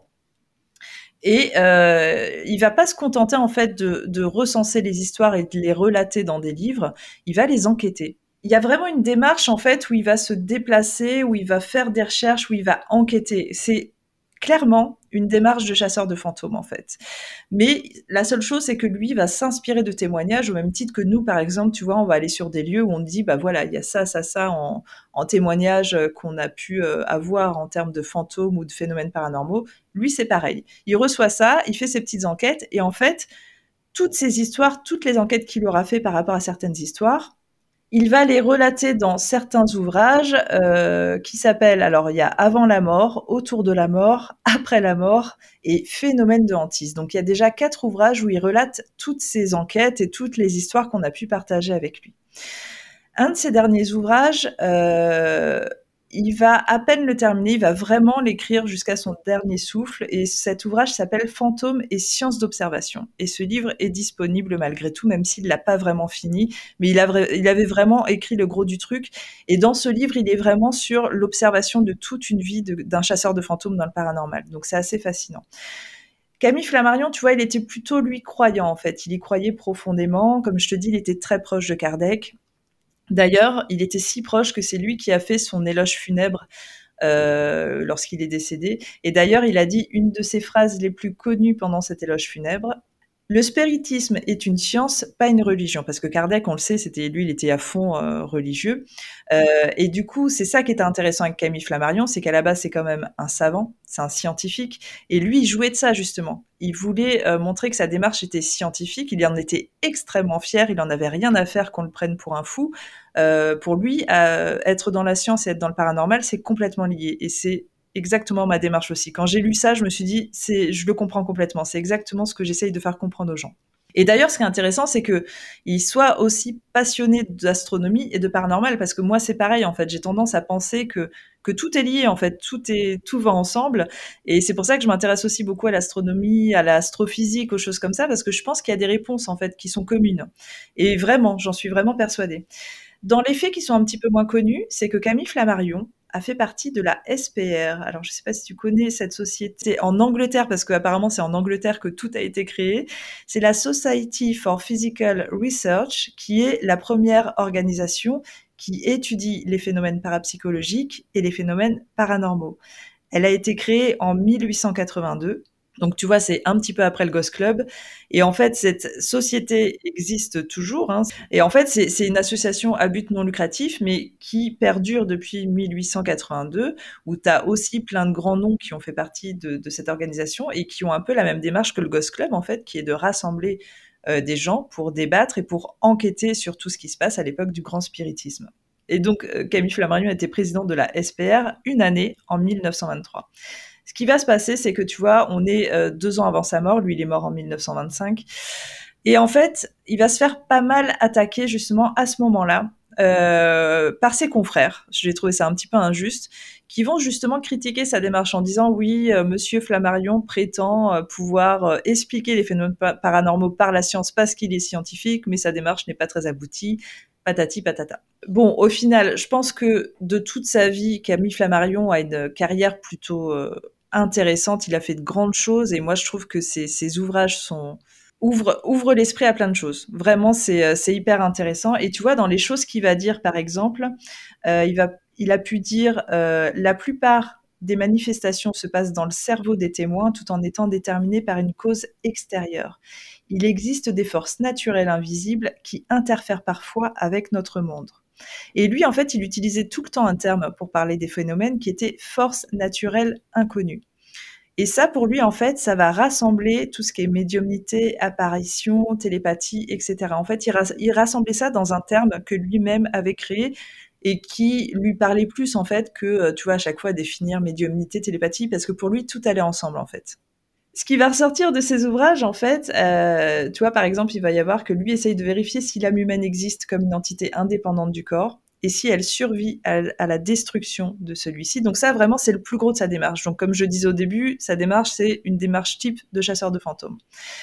Et euh, il va pas se contenter en fait de, de recenser les histoires et de les relater dans des livres, il va les enquêter. Il y a vraiment une démarche en fait où il va se déplacer, où il va faire des recherches, où il va enquêter. C'est clairement une démarche de chasseur de fantômes, en fait. Mais la seule chose, c'est que lui va s'inspirer de témoignages, au même titre que nous, par exemple, tu vois, on va aller sur des lieux où on dit, bah voilà, il y a ça, ça, ça en, en témoignage qu'on a pu euh, avoir en termes de fantômes ou de phénomènes paranormaux. Lui, c'est pareil. Il reçoit ça, il fait ses petites enquêtes, et en fait, toutes ces histoires, toutes les enquêtes qu'il aura fait par rapport à certaines histoires, il va les relater dans certains ouvrages euh, qui s'appellent, alors il y a Avant la mort, Autour de la mort, Après la mort et Phénomène de hantise. Donc il y a déjà quatre ouvrages où il relate toutes ces enquêtes et toutes les histoires qu'on a pu partager avec lui. Un de ces derniers ouvrages, euh, il va à peine le terminer, il va vraiment l'écrire jusqu'à son dernier souffle, et cet ouvrage s'appelle Fantômes et sciences d'observation. Et ce livre est disponible malgré tout, même s'il l'a pas vraiment fini, mais il, a vra- il avait vraiment écrit le gros du truc. Et dans ce livre, il est vraiment sur l'observation de toute une vie de- d'un chasseur de fantômes dans le paranormal. Donc c'est assez fascinant. Camille Flammarion, tu vois, il était plutôt, lui, croyant, en fait. Il y croyait profondément. Comme je te dis, il était très proche de Kardec. D'ailleurs, il était si proche que c'est lui qui a fait son éloge funèbre euh, lorsqu'il est décédé. Et d'ailleurs, il a dit une de ses phrases les plus connues pendant cet éloge funèbre. Le spiritisme est une science, pas une religion, parce que Kardec, on le sait, c'était lui, il était à fond euh, religieux. Euh, et du coup, c'est ça qui était intéressant avec Camille Flammarion, c'est qu'à la base, c'est quand même un savant, c'est un scientifique, et lui, il jouait de ça justement. Il voulait euh, montrer que sa démarche était scientifique, il en était extrêmement fier, il en avait rien à faire qu'on le prenne pour un fou. Euh, pour lui, euh, être dans la science et être dans le paranormal, c'est complètement lié, et c'est exactement ma démarche aussi. Quand j'ai lu ça, je me suis dit, c'est, je le comprends complètement. C'est exactement ce que j'essaye de faire comprendre aux gens. Et d'ailleurs, ce qui est intéressant, c'est que il soit aussi passionné d'astronomie et de paranormal, parce que moi, c'est pareil. En fait, j'ai tendance à penser que que tout est lié. En fait, tout est tout va ensemble. Et c'est pour ça que je m'intéresse aussi beaucoup à l'astronomie, à l'astrophysique, aux choses comme ça, parce que je pense qu'il y a des réponses en fait qui sont communes. Et vraiment, j'en suis vraiment persuadée. Dans les faits qui sont un petit peu moins connus, c'est que Camille Flammarion a fait partie de la S P R. Alors, je ne sais pas si tu connais cette société en Angleterre, parce qu'apparemment, c'est en Angleterre que tout a été créé. C'est la Society for Physical Research, qui est la première organisation qui étudie les phénomènes parapsychologiques et les phénomènes paranormaux. Elle a été créée en mille huit cent quatre-vingt-deux. Donc, tu vois, c'est un petit peu après le Ghost Club. Et en fait, cette société existe toujours, hein. Et en fait, c'est, c'est une association à but non lucratif, mais qui perdure depuis mille huit cent quatre-vingt-deux, où tu as aussi plein de grands noms qui ont fait partie de, de cette organisation et qui ont un peu la même démarche que le Ghost Club, en fait, qui est de rassembler euh, des gens pour débattre et pour enquêter sur tout ce qui se passe à l'époque du grand spiritisme. Et donc, euh, Camille Flammarion était présidente de la S P R une année, en mille neuf cent vingt-trois. Ce qui va se passer, c'est que tu vois, on est euh, deux ans avant sa mort, lui il est mort en mille neuf cent vingt-cinq, et en fait, il va se faire pas mal attaquer justement à ce moment-là euh, par ses confrères. J'ai trouvé ça un petit peu injuste, qui vont justement critiquer sa démarche en disant oui, euh, Monsieur Flammarion prétend euh, pouvoir euh, expliquer les phénomènes pa- paranormaux par la science parce qu'il est scientifique, mais sa démarche n'est pas très aboutie. Patati patata. Bon, au final, je pense que de toute sa vie, Camille Flammarion a une carrière plutôt euh, intéressante. Il a fait de grandes choses et moi, je trouve que ses, ses ouvrages sont ouvrent ouvrent l'esprit à plein de choses. Vraiment, c'est euh, c'est hyper intéressant. Et tu vois, dans les choses qu'il va dire, par exemple, euh, il va il a pu dire euh, la plupart des manifestations se passent dans le cerveau des témoins tout en étant déterminées par une cause extérieure. Il existe des forces naturelles invisibles qui interfèrent parfois avec notre monde. Et lui, en fait, il utilisait tout le temps un terme pour parler des phénomènes qui était force naturelle inconnue. Et ça, pour lui, en fait, ça va rassembler tout ce qui est médiumnité, apparition, télépathie, et cetera. En fait, il, ras- il rassemblait ça dans un terme que lui-même avait créé et qui lui parlait plus, en fait, que, euh, tu vois, à chaque fois définir médiumnité, télépathie, parce que pour lui, tout allait ensemble, en fait. Ce qui va ressortir de ses ouvrages, en fait, euh, tu vois, par exemple, il va y avoir que lui essaye de vérifier si l'âme humaine existe comme une entité indépendante du corps et si elle survit à, à la destruction de celui-ci. Donc ça, vraiment, c'est le plus gros de sa démarche. Donc, comme je disais au début, sa démarche, c'est une démarche type de chasseur de fantômes.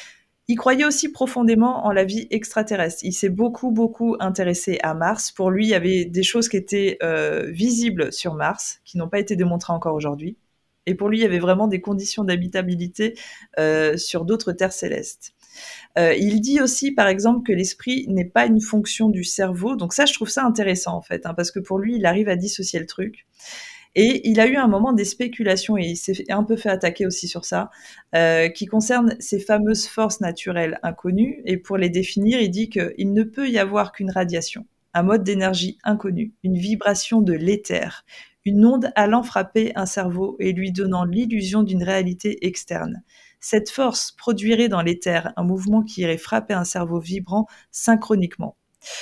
Il croyait aussi profondément en la vie extraterrestre. Il s'est beaucoup, beaucoup intéressé à Mars. Pour lui, il y avait des choses qui étaient euh, visibles sur Mars, qui n'ont pas été démontrées encore aujourd'hui. Et pour lui, il y avait vraiment des conditions d'habitabilité euh, sur d'autres terres célestes. Euh, il dit aussi, par exemple, que l'esprit n'est pas une fonction du cerveau. Donc ça, je trouve ça intéressant, en fait, hein, parce que pour lui, il arrive à dissocier le truc. Et il a eu un moment des spéculations, et il s'est un peu fait attaquer aussi sur ça, euh, qui concerne ces fameuses forces naturelles inconnues. Et pour les définir, il dit qu'il ne peut y avoir qu'une radiation, un mode d'énergie inconnu, une vibration de l'éther, une onde allant frapper un cerveau et lui donnant l'illusion d'une réalité externe. Cette force produirait dans l'éther un mouvement qui irait frapper un cerveau vibrant synchroniquement.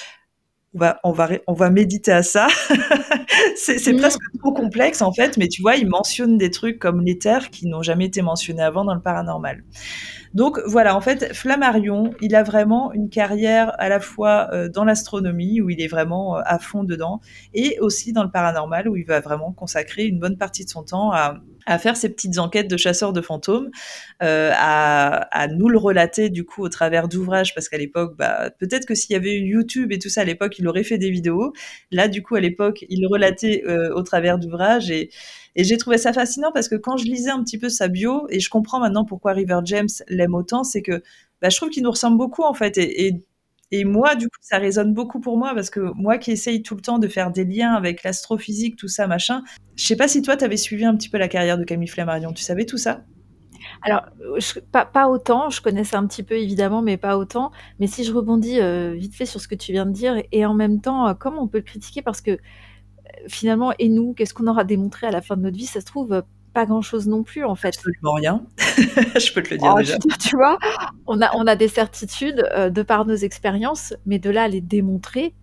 On va, on va, on va méditer à ça. c'est, c'est
Mmh.
presque trop complexe en fait, mais tu vois, il mentionne des trucs comme l'éther qui n'ont jamais été mentionnés avant dans le paranormal. Donc voilà, en fait, Flammarion, il a vraiment une carrière à la fois euh, dans l'astronomie, où il est vraiment euh, à fond dedans, et aussi dans le paranormal, où il va vraiment consacrer une bonne partie de son temps à, à faire ses petites enquêtes de chasseurs de fantômes, euh, à, à nous le relater du coup au travers d'ouvrages, parce qu'à l'époque, bah, peut-être que s'il y avait eu YouTube et tout ça à l'époque, il aurait fait des vidéos. Là, du coup, à l'époque, il le relatait euh, au travers d'ouvrages, et Et j'ai trouvé ça fascinant parce que quand je lisais un petit peu sa bio, et je comprends maintenant pourquoi River James l'aime autant, c'est que bah, je trouve qu'il nous ressemble beaucoup en fait. Et, et, et moi, du coup, ça résonne beaucoup pour moi parce que moi qui essaye tout le temps de faire des liens avec l'astrophysique, tout ça, machin, je sais pas si toi, tu avais suivi un petit peu la carrière de Camille Flammarion. Tu savais tout ça?
Alors, je, pas, pas autant, je connaissais un petit peu évidemment, mais pas autant. Mais si je rebondis euh, vite fait sur ce que tu viens de dire, et, et en même temps, euh, comment on peut le critiquer? Parce que finalement, et nous, qu'est-ce qu'on aura démontré à la fin de notre vie? Ça se trouve, pas grand-chose non plus, en fait.
Absolument rien. Je peux te le dire
Oh,
déjà.
tu, tu vois, on a, on a des certitudes euh, de par nos expériences, mais de là à les démontrer,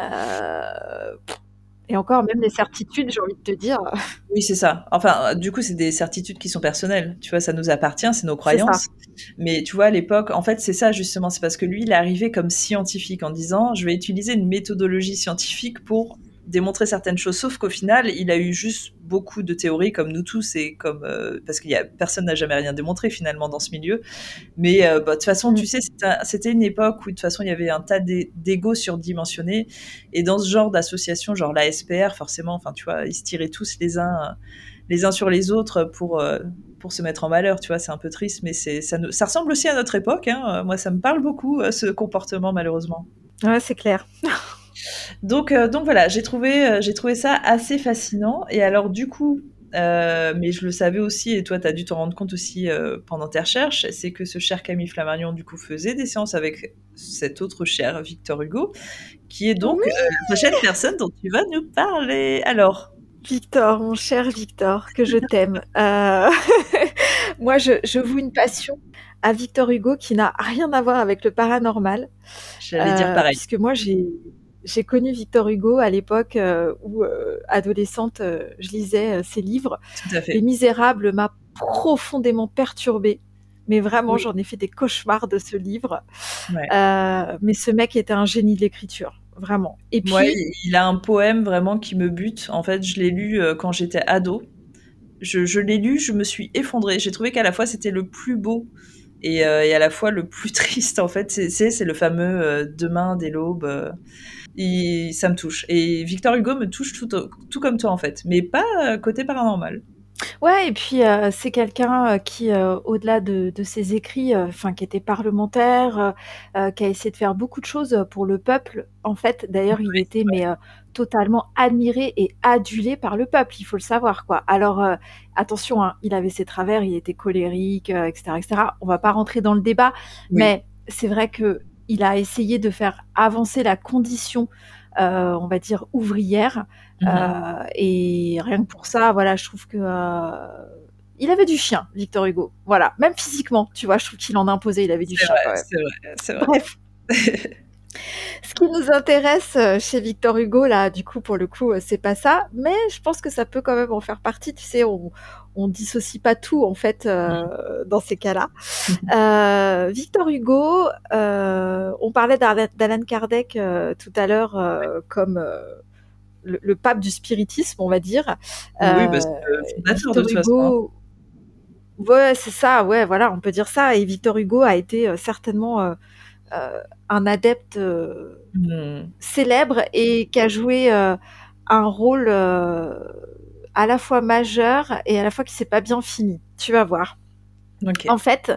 euh, et encore, même les certitudes, j'ai envie de te dire,
Oui, c'est ça. Enfin, du coup, c'est des certitudes qui sont personnelles. Tu vois, ça nous appartient, c'est nos
c'est ça.
croyances. Mais tu vois, à l'époque, en fait, c'est ça justement. C'est parce que lui, il est arrivé comme scientifique en disant, je vais utiliser une méthodologie scientifique pour démontrer certaines choses. Sauf qu'au final, il a eu juste beaucoup de théories, comme nous tous, et comme euh, parce qu'il y a personne n'a jamais rien démontré finalement dans ce milieu. Mais euh, bah, de toute façon,
Mm.
tu sais, c'était, un- c'était une époque où de toute façon, il y avait un tas d'é- d'égos surdimensionnés. Et dans ce genre d'association, genre la S P R, forcément, enfin, tu vois, ils se tiraient tous les uns, les uns sur les autres pour, euh, pour se mettre en malheur. Tu vois, c'est un peu triste, mais c'est, ça, nous- ça ressemble aussi à notre époque. Hein. Moi, ça me parle beaucoup, euh, ce comportement, malheureusement.
Ouais, c'est clair.
Donc, euh, donc voilà, j'ai trouvé, euh, j'ai trouvé ça assez fascinant. Et alors, du coup, euh, mais je le savais aussi, et toi, tu as dû t'en rendre compte aussi euh, pendant tes recherches, c'est que ce cher Camille Flammarion, du coup, faisait des séances avec cet autre cher, Victor Hugo, qui est donc
Oui.
euh, la prochaine personne dont tu vas nous parler. Alors,
Victor, mon cher Victor, que je t'aime. Euh, Moi, je, je voue une passion à Victor Hugo qui n'a rien à voir avec le paranormal,
j'allais dire
euh,
pareil.
puisque moi, j'ai, j'ai connu Victor Hugo à l'époque euh, où, euh, adolescente, euh, je lisais euh, ses livres.
Tout à
Les
fait.
Misérables m'a profondément perturbée. Mais vraiment,
Oui,
j'en ai fait des cauchemars de ce livre.
ouais.
Euh, mais ce mec était un génie de l'écriture, vraiment. Et
Moi,
puis,
il il a un poème vraiment qui me bute. En fait, je l'ai lu euh, quand j'étais ado. Je, je l'ai lu, je me suis effondrée. J'ai trouvé qu'à la fois c'était le plus beau et, euh, et à la fois le plus triste. En fait, c'est c'est, c'est le fameux euh, Demain dès l'aube. euh, il- ça me touche. Et Victor Hugo me touche tout, au- tout comme toi en fait, mais pas euh, côté paranormal.
ouais, et puis euh, c'est quelqu'un euh, qui, euh, au-delà de, de ses écrits, euh, enfin qui était parlementaire, euh, euh, qui a essayé de faire beaucoup de choses pour le peuple. En fait, d'ailleurs, il était mais euh, totalement admiré et adulé par le peuple. Il faut le savoir, quoi. Alors euh, attention, hein, il avait ses travers, il était colérique, euh, et cetera, et cetera. On va pas rentrer dans le débat,
Oui.
mais c'est vrai que il a essayé de faire avancer la condition, euh, on va dire ouvrière.
Mhm.
Euh, et rien que pour ça, voilà, je trouve que euh, il avait du chien, Victor Hugo. Voilà, même physiquement, tu vois, je trouve qu'il en imposait, il avait du
C'est
chien
vrai,
quand même.
c'est vrai, c'est vrai.
Bref, ce qui nous intéresse euh, chez Victor Hugo, là, du coup, pour le coup, euh, c'est pas ça, mais je pense que ça peut quand même en faire partie. Tu sais, on, on dissocie pas tout en fait euh, dans ces cas-là. Euh, Victor Hugo, euh, on parlait d'Alan d'Alan Kardec euh, tout à l'heure euh, comme euh, le, le pape du spiritisme, on va dire.
Oui, bah, c'est
Euh,
le fondateur de
Victor
toute façon. Hein.
Hugo, ouais, c'est ça, ouais, voilà, on peut dire ça. Et Victor Hugo a été euh, certainement euh, euh, un adepte euh,
Hmm.
célèbre et qui a joué euh, un rôle euh, à la fois majeur et à la fois qui s'est pas bien fini. Tu vas voir.
OK.
En fait,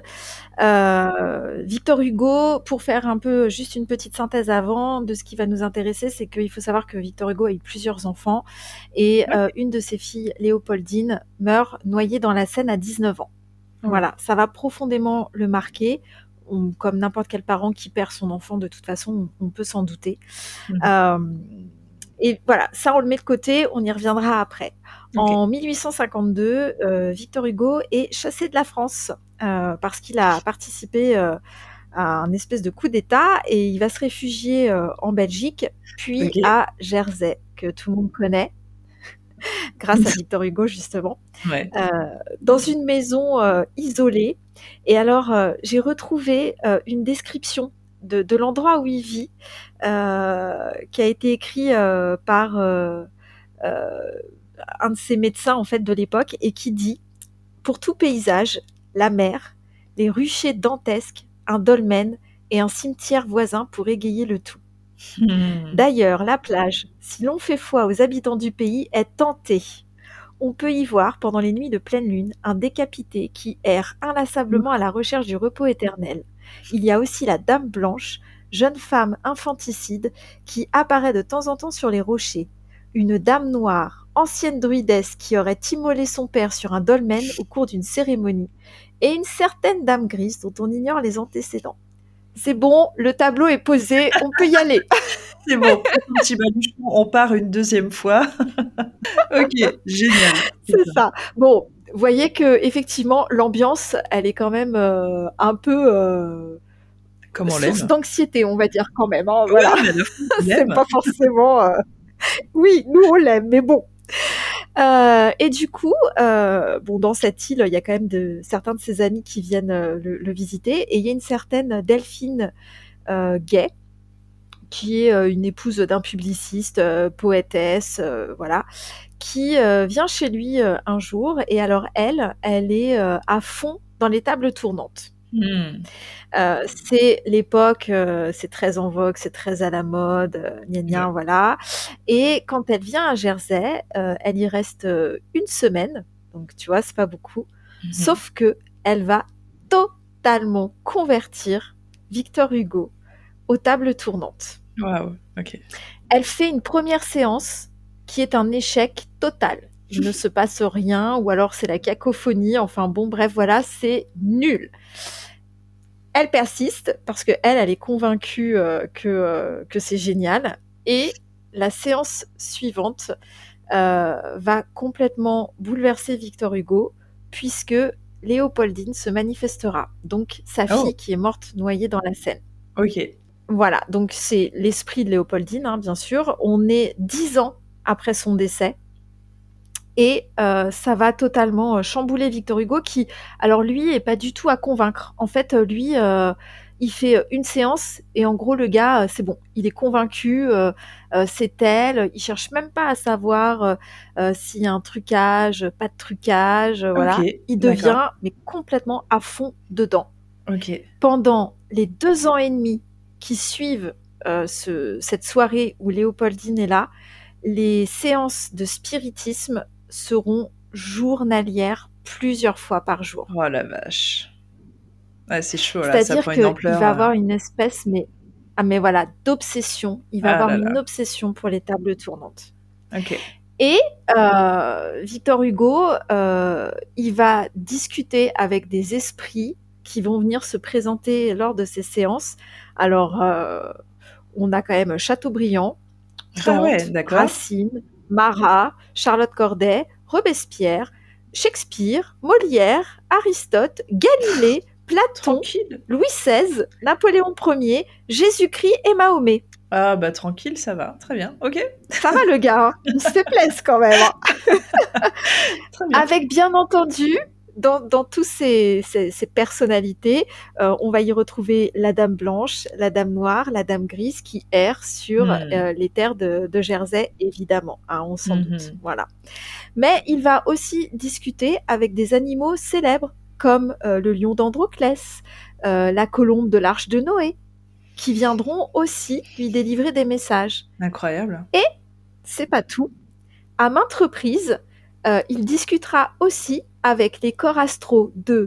heu, Victor Hugo, pour faire un peu juste une petite synthèse avant de ce qui va nous intéresser, c'est qu'il faut savoir que Victor Hugo a eu plusieurs enfants et
Ouais.
heu, une de ses filles, Léopoldine, meurt noyée dans la Seine à dix-neuf ans.
Oh.
Voilà, ça va profondément le marquer. On, comme n'importe quel parent qui perd son enfant, de toute façon, on, on peut s'en douter.
Mmh.
Euh, et voilà, ça on le met de côté, on y reviendra après.
OK.
En mille huit cent cinquante-deux, euh, Victor Hugo est chassé de la France euh, parce qu'il a participé euh, à un espèce de coup d'État et il va se réfugier euh, en Belgique, puis
OK.
à Jersey, que tout le monde connaît, grâce à Victor Hugo justement,
Ouais.
euh, dans une maison euh, isolée. Et alors, euh, j'ai retrouvé euh, une description de, de l'endroit où il vit, euh, qui a été écrit euh, par euh, euh, un de ses médecins en fait de l'époque, et qui dit: pour tout paysage, la mer, les ruchers dantesques, un dolmen et un cimetière voisin pour égayer le tout.
Mmh.
D'ailleurs, la plage, si l'on fait foi aux habitants du pays, est tentée. On peut y voir, pendant les nuits de pleine lune, un décapité qui erre inlassablement à la recherche du repos éternel. Il y a aussi la Dame Blanche, jeune femme infanticide, qui apparaît de temps en temps sur les rochers. Une Dame Noire, ancienne druidesse qui aurait immolé son père sur un dolmen au cours d'une cérémonie. Et une certaine Dame Grise dont on ignore les antécédents. C'est bon, le tableau est posé, on peut y aller.
C'est bon, petit baluchon, on part une deuxième fois. OK, génial.
C'est ça. Bon, vous voyez que effectivement, l'ambiance, elle est quand même euh, un peu euh,
Comme on
source
l'aime.
d'anxiété, on va dire quand même. Hein,
Ouais,
voilà.
mais à la fois, on
C'est
l'aime.
pas forcément. euh, Oui, nous on l'aime, mais bon. Euh, et du coup, euh, bon, dans cette île, il y a quand même de, certains de ses amis qui viennent euh, le, le visiter, et il y a une certaine Delphine euh, Gay, qui est euh, une épouse d'un publiciste, euh, poétesse, euh, voilà, qui euh, vient chez lui euh, un jour, et alors elle, elle est euh, à fond dans les tables tournantes.
Mmh.
Euh, c'est l'époque, euh, c'est très en vogue, c'est très à la mode, euh, gna gna,
Ouais.
voilà. Et quand elle vient à Jersey, euh, elle y reste euh, une semaine, donc tu vois, c'est pas beaucoup.
Mmh.
Sauf que elle va totalement convertir Victor Hugo aux tables tournantes.
Waouh, OK.
Elle fait une première séance qui est un échec total. Il ne se passe rien, ou alors c'est la cacophonie. Enfin bon, bref, voilà, c'est nul. Elle persiste parce que elle, elle est convaincue euh, que, euh, que c'est génial. Et la séance suivante euh, va complètement bouleverser Victor Hugo, puisque Léopoldine se manifestera. Donc sa fille
Oh.
qui est morte noyée dans la Seine.
OK.
Voilà, donc c'est l'esprit de Léopoldine, hein, bien sûr. On est dix ans après son décès. Et euh, ça va totalement euh, chambouler Victor Hugo, qui, alors lui, est pas du tout à convaincre. En fait, euh, lui, euh, il fait une séance et en gros, le gars, euh, c'est bon, il est convaincu, euh, euh, c'est elle. Il cherche même pas à savoir euh, euh, s'il y a un trucage, pas de trucage, euh, voilà.
OK,
Il
d'accord.
devient mais complètement à fond dedans.
OK.
Pendant les deux ans et demi qui suivent euh, ce, cette soirée où Léopoldine est là, les séances de spiritisme seront journalières plusieurs fois par jour.
Oh la vache. Ouais, c'est chaud là, ça
C'est-à-dire
prend une
qu'il
ampleur.
va
euh,
avoir une espèce, mais, ah, mais voilà, d'obsession. Il va
Ah
avoir
là
une
là.
obsession pour les tables tournantes.
OK.
Et euh, Victor Hugo, euh, il va discuter avec des esprits qui vont venir se présenter lors de ces séances. Alors, euh, on a quand même Chateaubriand,
Ah ouais,
Dante,
d'accord.
Racine, Marat, Charlotte Corday, Robespierre, Shakespeare, Molière, Aristote, Galilée, Platon,
Tranquille.
Louis seize, Napoléon Ier, Jésus-Christ et Mahomet.
Ah bah tranquille, ça va. Très bien. OK.
Ça va le gars, hein, il se plaise quand même. Hein.
Très bien.
Avec bien entendu, dans, dans toutes ces, ces, ces personnalités, euh, on va y retrouver la Dame Blanche, la Dame Noire, la Dame Grise qui errent sur
Hmm.
euh, les terres de, de Jersey, évidemment, hein, on s'en
Mhm.
doute. Voilà. Mais il va aussi discuter avec des animaux célèbres, comme euh, le lion d'Androclès, euh, la colombe de l'Arche de Noé, qui viendront aussi lui délivrer des messages.
Incroyable.
Et c'est pas tout. À maintes reprises, euh, il discutera aussi avec les corps astraux de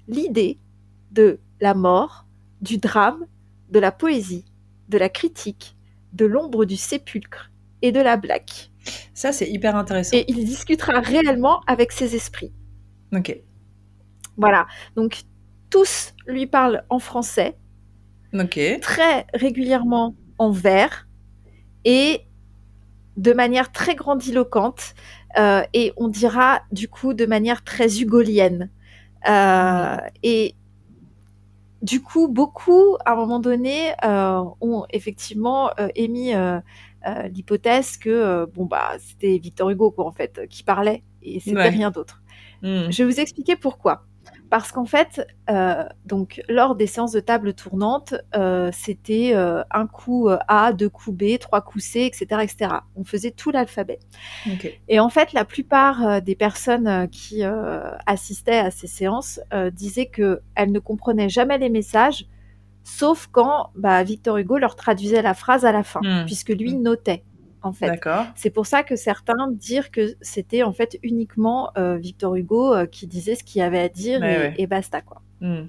l'idée de la mort, du drame, de la poésie, de la critique, de l'ombre du sépulcre et de la blague.
Ça, c'est hyper intéressant.
Et il discutera réellement avec ses esprits.
Ok.
Voilà. Donc, tous lui parlent en français,
Ok.
très régulièrement en vers et de manière très grandiloquente. Euh, et on dira, du coup, de manière très hugolienne. Euh,
Mhm.
Et du coup, beaucoup, à un moment donné, euh, ont effectivement euh, émis euh, euh, l'hypothèse que euh, bon bah c'était Victor Hugo quoi en fait qui parlait et c'était
Ouais.
rien d'autre.
Mhm.
Je vais vous expliquer pourquoi. Parce qu'en fait, euh, donc lors des séances de table tournante, euh, c'était euh, un coup euh, A, deux coups B, trois coups C, et cetera, et cetera. On faisait tout l'alphabet.
Ok.
Et en fait, la plupart euh, des personnes euh, qui euh, assistaient à ces séances euh, disaient qu'elles ne comprenaient jamais les messages, sauf quand bah, Victor Hugo leur traduisait la phrase à la fin,
Mhm.
puisque lui notait, en fait.
D'accord.
C'est pour ça que certains dirent que c'était en fait uniquement euh, Victor Hugo euh, qui disait ce qu'il avait à dire
Ouais,
et,
ouais.
et basta, quoi.
Mhm.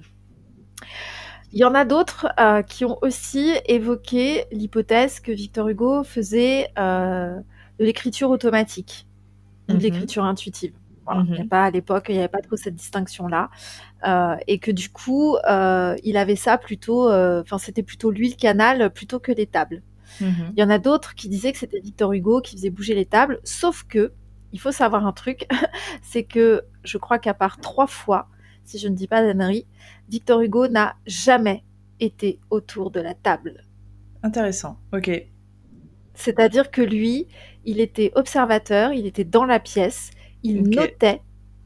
Il y en a d'autres euh, qui ont aussi évoqué l'hypothèse que Victor Hugo faisait euh, de l'écriture automatique ou de
Mhm.
l'écriture intuitive. Voilà. Il y a
Mhm.
pas, à l'époque, il n'y avait pas trop cette distinction-là. Euh, et que du coup, euh, il avait ça plutôt, euh, enfin, c'était plutôt lui le canal plutôt que les tables.
Mhm.
Il y en a d'autres qui disaient que c'était Victor Hugo qui faisait bouger les tables, sauf que, il faut savoir un truc, c'est que je crois qu'à part trois fois, si je ne dis pas d'ânerie, Victor Hugo n'a jamais été autour de la table.
Intéressant. Ok.
C'est-à-dire que lui, il était observateur, il était dans la pièce, il
Ok.
notait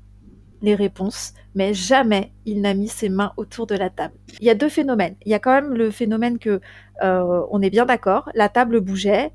les réponses, mais jamais il n'a mis ses mains autour de la table. Il y a deux phénomènes. Il y a quand même le phénomène que, euh, on est bien d'accord, la table bougeait,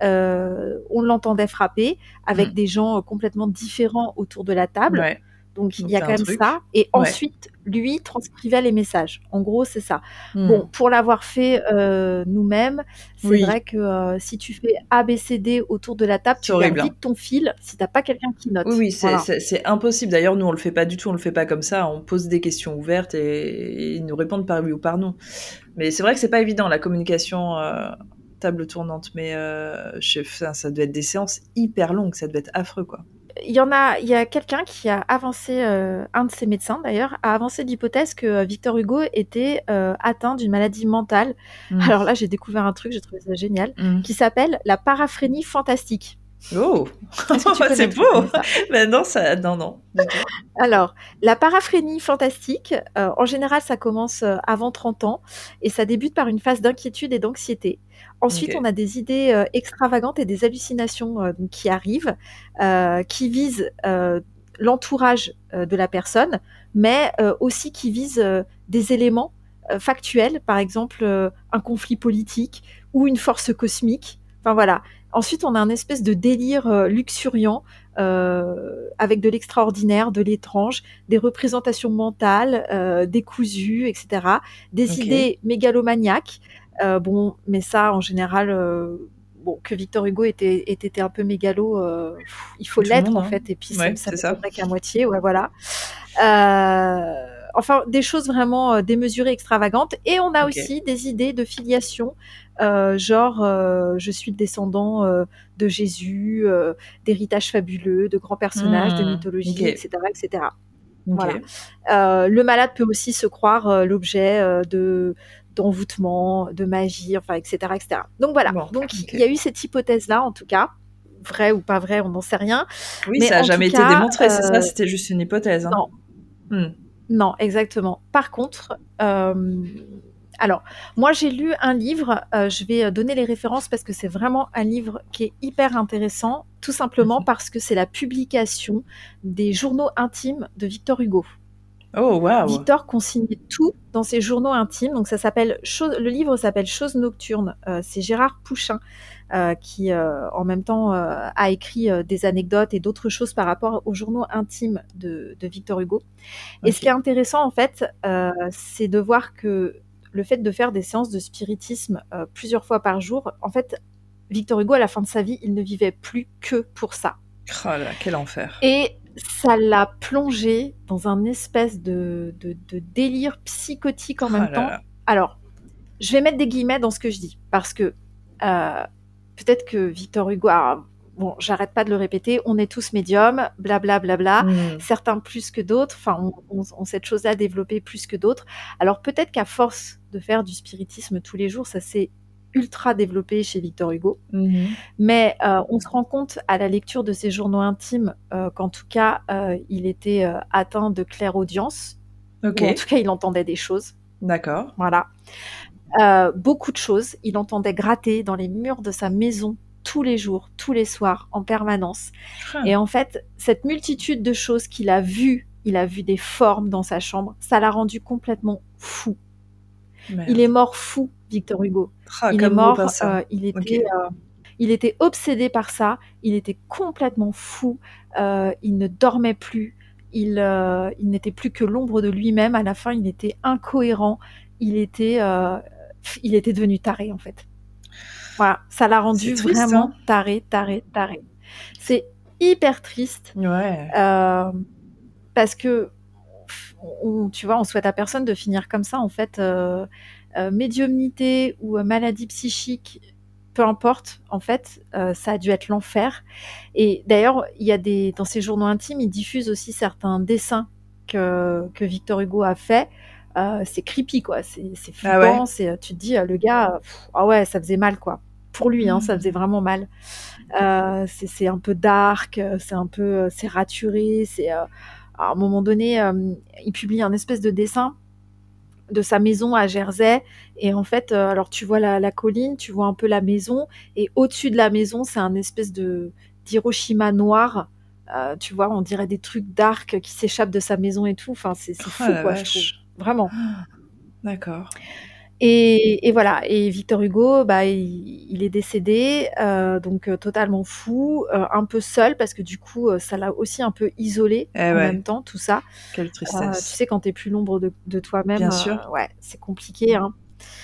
euh, on l'entendait frapper avec
Mhm.
des gens complètement différents autour de la table.
Ouais.
Donc il
Donc
y a
t'as
quand
un
même
truc.
ça. Et
Ouais.
ensuite, lui transcrivait les messages. En gros, c'est ça.
Mhm.
Bon, pour l'avoir fait euh, nous-mêmes, c'est
Oui.
vrai que euh, si tu fais A, B, C, D autour de la table,
C'est
tu perds
horrible, hein.
vite ton fil si t'as pas quelqu'un qui note.
Oui, oui, c'est
Voilà.
c'est- c'est impossible. D'ailleurs, nous, on le fait pas du tout. On le fait pas comme ça. On pose des questions ouvertes et, et ils nous répondent par oui ou par non. Mais c'est vrai que c'est pas évident, la communication euh, table tournante. Mais euh, je- ça, ça devait être des séances hyper longues. Ça devait être affreux, quoi.
Il y en a, il y a quelqu'un qui a avancé, euh, un de ses médecins d'ailleurs, a avancé l'hypothèse que euh, Victor Hugo était euh, atteint d'une maladie mentale.
Mm.
Alors là, j'ai découvert un truc, j'ai trouvé ça génial,
Mm.
qui s'appelle la paraphrénie fantastique.
Oh,
Est-ce que tu connais,
c'est
tu
beau.
connais ça?
Ben non, ça, non, non, du tout.
Alors, la paraphrénie fantastique, euh, en général, ça commence euh, avant trente ans et ça débute par une phase d'inquiétude et d'anxiété. Ensuite,
Ok.
on a des idées euh, extravagantes et des hallucinations euh, donc, qui arrivent, euh, qui visent euh, l'entourage euh, de la personne, mais euh, aussi qui visent euh, des éléments euh, factuels, par exemple euh, un conflit politique ou une force cosmique. Enfin voilà. Ensuite, on a un espèce de délire euh, luxuriant euh, avec de l'extraordinaire, de l'étrange, des représentations mentales, euh, décousues, et cetera. Des
Ok.
idées mégalomaniaques. Euh, bon, mais ça, en général, euh, bon, que Victor Hugo était, était un peu mégalo, euh, pff, il faut
Tout le
l'être
monde,
en
hein.
fait, et puis ça,
Ouais,
ça
c'est ça.
m'étonnerait qu'à moitié, ouais, voilà. Euh, enfin, des choses vraiment euh, démesurées, extravagantes. Et on a
Ok.
aussi des idées de filiation, euh, genre euh, je suis le descendant euh, de Jésus, euh, d'héritage fabuleux, de grands personnages, de
Hmm.
mythologie,
Ok.
et cetera, et cetera.
Ok.
Voilà. Euh, le malade peut aussi se croire euh, l'objet euh, de d'envoûtement, de magie, enfin, et cetera, et cetera. Donc voilà.
Bon.
Donc
Ok.
il y a eu cette hypothèse-là, en tout cas, vrai ou pas vrai, on n'en sait rien.
Oui,
Mais
ça a
en tout
jamais été
cas,
démontré, c'est ça.
euh,
C'était juste une hypothèse, hein.
non,
Hmm.
non, exactement. Par contre, euh, alors, moi j'ai lu un livre, euh, je vais donner les références parce que c'est vraiment un livre qui est hyper intéressant, tout simplement
Mhm.
parce que c'est la publication des journaux intimes de Victor Hugo.
Oh, waouh.
Victor consignait tout dans ses journaux intimes, donc ça s'appelle, Chose- le livre s'appelle Choses nocturnes. Euh, c'est Gérard Pouchin euh, qui, euh, en même temps, euh, a écrit euh, des anecdotes et d'autres choses par rapport aux journaux intimes de, de Victor Hugo. Et ce
Ok.
qui est intéressant, en fait, euh, c'est de voir que le fait de faire des séances de spiritisme euh, plusieurs fois par jour, en fait, Victor Hugo, à la fin de sa vie, il ne vivait plus que pour ça.
Oh là, quel enfer.
Et ça l'a plongé dans un espèce de, de, de délire psychotique en
Oh
même
là
temps.
là.
Alors, je vais mettre des guillemets dans ce que je dis, parce que euh, peut-être que Victor Hugo, alors, bon, j'arrête pas de le répéter, on est tous médiums, blablabla, bla, bla,
Mm.
certains plus que d'autres, enfin, on, on, on cette chose-là développée plus que d'autres. Alors peut-être qu'à force de faire du spiritisme tous les jours, ça s'est ultra développé chez Victor Hugo.
Mm-hmm.
Mais euh, on se rend compte à la lecture de ses journaux intimes euh, qu'en tout cas, euh, il était euh, atteint de clairaudience,
Ok.
ou en tout cas, il entendait des choses.
D'accord.
Voilà. Euh, beaucoup de choses. Il entendait gratter dans les murs de sa maison tous les jours, tous les soirs, en permanence.
Ah.
Et en fait, cette multitude de choses qu'il a vues, il a vu des formes dans sa chambre, ça l'a rendu complètement fou.
Merde.
Il est mort fou, Victor Hugo.
Ah,
il
comme
est mort,
beau, ça.
euh, il était...
Ok.
Euh, il était obsédé par ça, il était complètement fou, euh, il ne dormait plus, il, euh, il n'était plus que l'ombre de lui-même, à la fin il était incohérent, il était, euh, il était devenu taré en fait. Voilà, ça l'a rendu
C'est triste,
vraiment
hein.
taré, taré, taré. C'est hyper triste,
Ouais.
euh, parce que, on, tu vois, on souhaite à personne de finir comme ça en fait. Euh, euh, médiumnité ou euh, maladie psychique, peu importe, en fait, euh, ça a dû être l'enfer. Et d'ailleurs, il y a des, dans ses journaux intimes, il diffuse aussi certains dessins que, que Victor Hugo a fait. Euh, c'est creepy, quoi. C'est, c'est
Ah ouais.
flippant. C'est, tu te dis, euh, le gars, pff, ah ouais, ça faisait mal, quoi. Pour lui, hein, ça faisait vraiment mal. Euh, c'est, c'est un peu dark, c'est un peu, c'est raturé. C'est, euh, à un moment donné, euh, il publie un espèce de dessin de sa maison à Jersey. Et en fait, euh, alors tu vois la, la colline, tu vois un peu la maison, et au-dessus de la maison, c'est un espèce de d'Hiroshima noir. Euh, tu vois, on dirait des trucs dark qui s'échappent de sa maison et tout. Enfin, c'est, c'est
Oh
fou,
la
quoi, je trouve.
vache.
Vraiment.
D'accord.
Et, et voilà. Et Victor Hugo, bah, il, il est décédé, euh, donc euh, totalement fou, euh, un peu seul, parce que du coup, euh, ça l'a aussi un peu isolé
Eh
en
ouais.
même temps, tout ça.
Quelle
Euh,
tristesse.
tu sais, quand t'es plus l'ombre de, de toi-même,
Bien sûr.
euh, ouais, c'est compliqué, hein.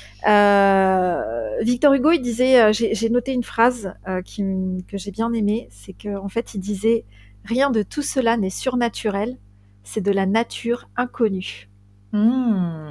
Euh, Victor Hugo, il disait, euh, j'ai, j'ai noté une phrase euh, qui, que j'ai bien aimée, c'est qu'en fait, il disait « Rien de tout cela n'est surnaturel, c'est de la nature inconnue.
Mmh. »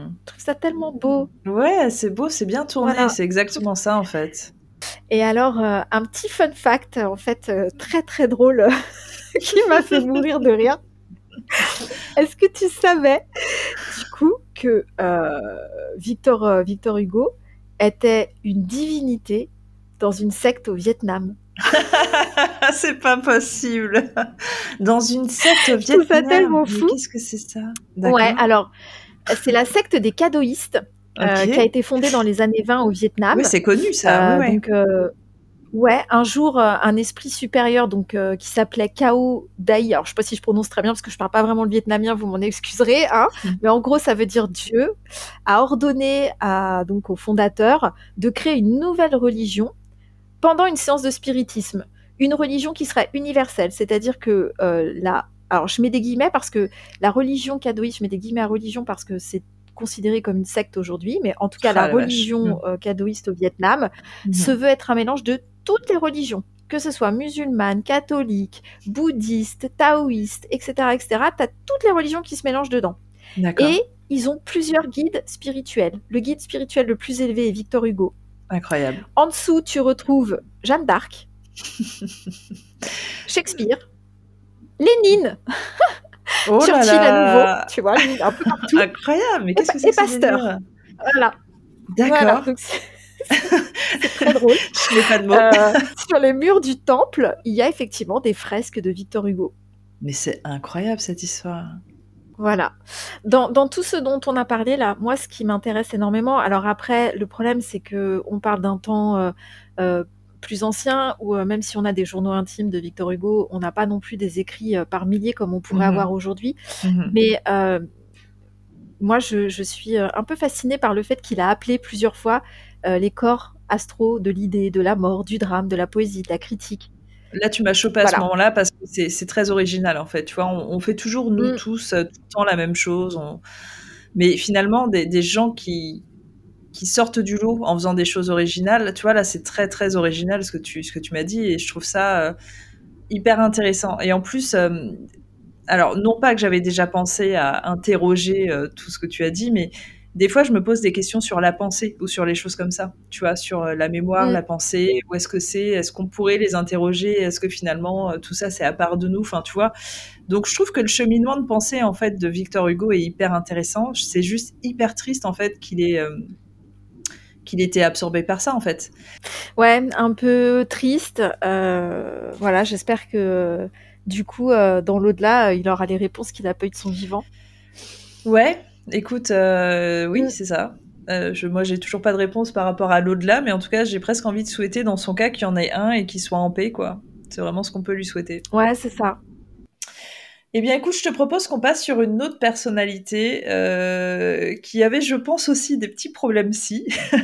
Je trouve ça tellement beau.
Ouais, c'est beau, c'est bien tourné,
Voilà.
c'est exactement ça en fait.
Et alors, euh, un petit fun fact, en fait, euh, très très drôle, qui m'a fait mourir de rire. Est-ce que tu savais, du coup, que euh, Victor, euh, Victor Hugo était une divinité dans une secte au Vietnam?
C'est pas possible. Dans une secte au
Je trouve ça
Vietnam.
tellement
Mais
fou.
qu'est-ce que c'est ça? D'accord.
Ouais, alors, c'est la secte des cadoïstes euh,
Ok.
qui a été fondée dans les années vingt au Vietnam.
Oui, c'est connu ça.
Euh,
Oui, oui.
donc, euh, ouais, un jour, euh, un esprit supérieur donc euh, qui s'appelait Cao Dai. Alors, je sais pas si je prononce très bien parce que je parle pas vraiment le vietnamien, vous m'en excuserez, hein. Mais en gros, ça veut dire Dieu a ordonné à, donc, au fondateur de créer une nouvelle religion pendant une séance de spiritisme. Une religion qui serait universelle, c'est-à-dire que euh, la... Alors, je mets des guillemets parce que la religion cadoïste, je mets des guillemets à religion parce que c'est considéré comme une secte aujourd'hui, mais en tout cas,
Oh
la
la vache.
religion euh, cadoïste au Vietnam
Mhm.
se veut être un mélange de toutes les religions, que ce soit musulmane, catholique, bouddhiste, taoïste, et cetera, et cetera. Tu as toutes les religions qui se mélangent dedans.
D'accord.
Et ils ont plusieurs guides spirituels. Le guide spirituel le plus élevé est Victor Hugo.
Incroyable.
En dessous, tu retrouves Jeanne d'Arc, Shakespeare, Lénine,
Oh là
Churchill à nouveau,
là.
tu vois, lui, un peu partout,
Incroyable. Mais qu'est-ce que c'est
et
que ce
Pasteur.
délire?
Voilà.
D'accord.
Voilà. Donc, c'est, c'est très drôle.
Je n'ai pas de mots.
Euh, sur les murs du temple, il y a effectivement des fresques de Victor Hugo.
Mais c'est incroyable cette histoire.
Voilà. Dans, dans tout ce dont on a parlé là, moi, ce qui m'intéresse énormément, alors après, le problème, c'est que on parle d'un temps euh, euh, plus ancien, où euh, même si on a des journaux intimes de Victor Hugo, on n'a pas non plus des écrits euh, par milliers comme on pourrait
Mhm.
avoir aujourd'hui.
Mhm.
Mais euh, moi, je, je suis euh, un peu fascinée par le fait qu'il a appelé plusieurs fois euh, les corps astraux de l'idée, de la mort, du drame, de la poésie, de la critique.
Là, tu m'as chopé à
Voilà.
ce moment-là parce que c'est, c'est très original en fait. Tu vois, on, on fait toujours nous
Mm.
tous euh, tout le temps la même chose. On... Mais finalement, des, des gens qui qui sortent du lot en faisant des choses originales, tu vois, là, c'est très très original ce que tu ce que tu m'as dit et je trouve ça euh, hyper intéressant. Et en plus, euh, alors non pas que j'avais déjà pensé à interroger euh, tout ce que tu as dit, mais des fois je me pose des questions sur la pensée ou sur les choses comme ça, tu vois, sur euh, la mémoire,
Mm.
la pensée, où est-ce que c'est, est-ce qu'on pourrait les interroger, est-ce que finalement euh, tout ça c'est à part de nous, enfin tu vois. Donc je trouve que le cheminement de pensée en fait de Victor Hugo est hyper intéressant. C'est juste hyper triste en fait qu'il ait euh, qu'il était absorbé par ça en fait.
Ouais, un peu triste. Euh, voilà, j'espère que du coup, euh, dans l'au-delà, il aura les réponses qu'il n'a pas eues de son vivant.
Ouais, écoute, euh, oui,
Mm.
c'est ça. Euh, je, moi, j'ai toujours pas de réponse par rapport à l'au-delà, mais en tout cas, j'ai presque envie de souhaiter dans son cas qu'il y en ait un et qu'il soit en paix, quoi. C'est vraiment ce qu'on peut lui souhaiter.
Ouais, c'est ça.
Eh bien, écoute, je te propose qu'on passe sur une autre personnalité euh, qui avait, je pense, aussi des petits problèmes si,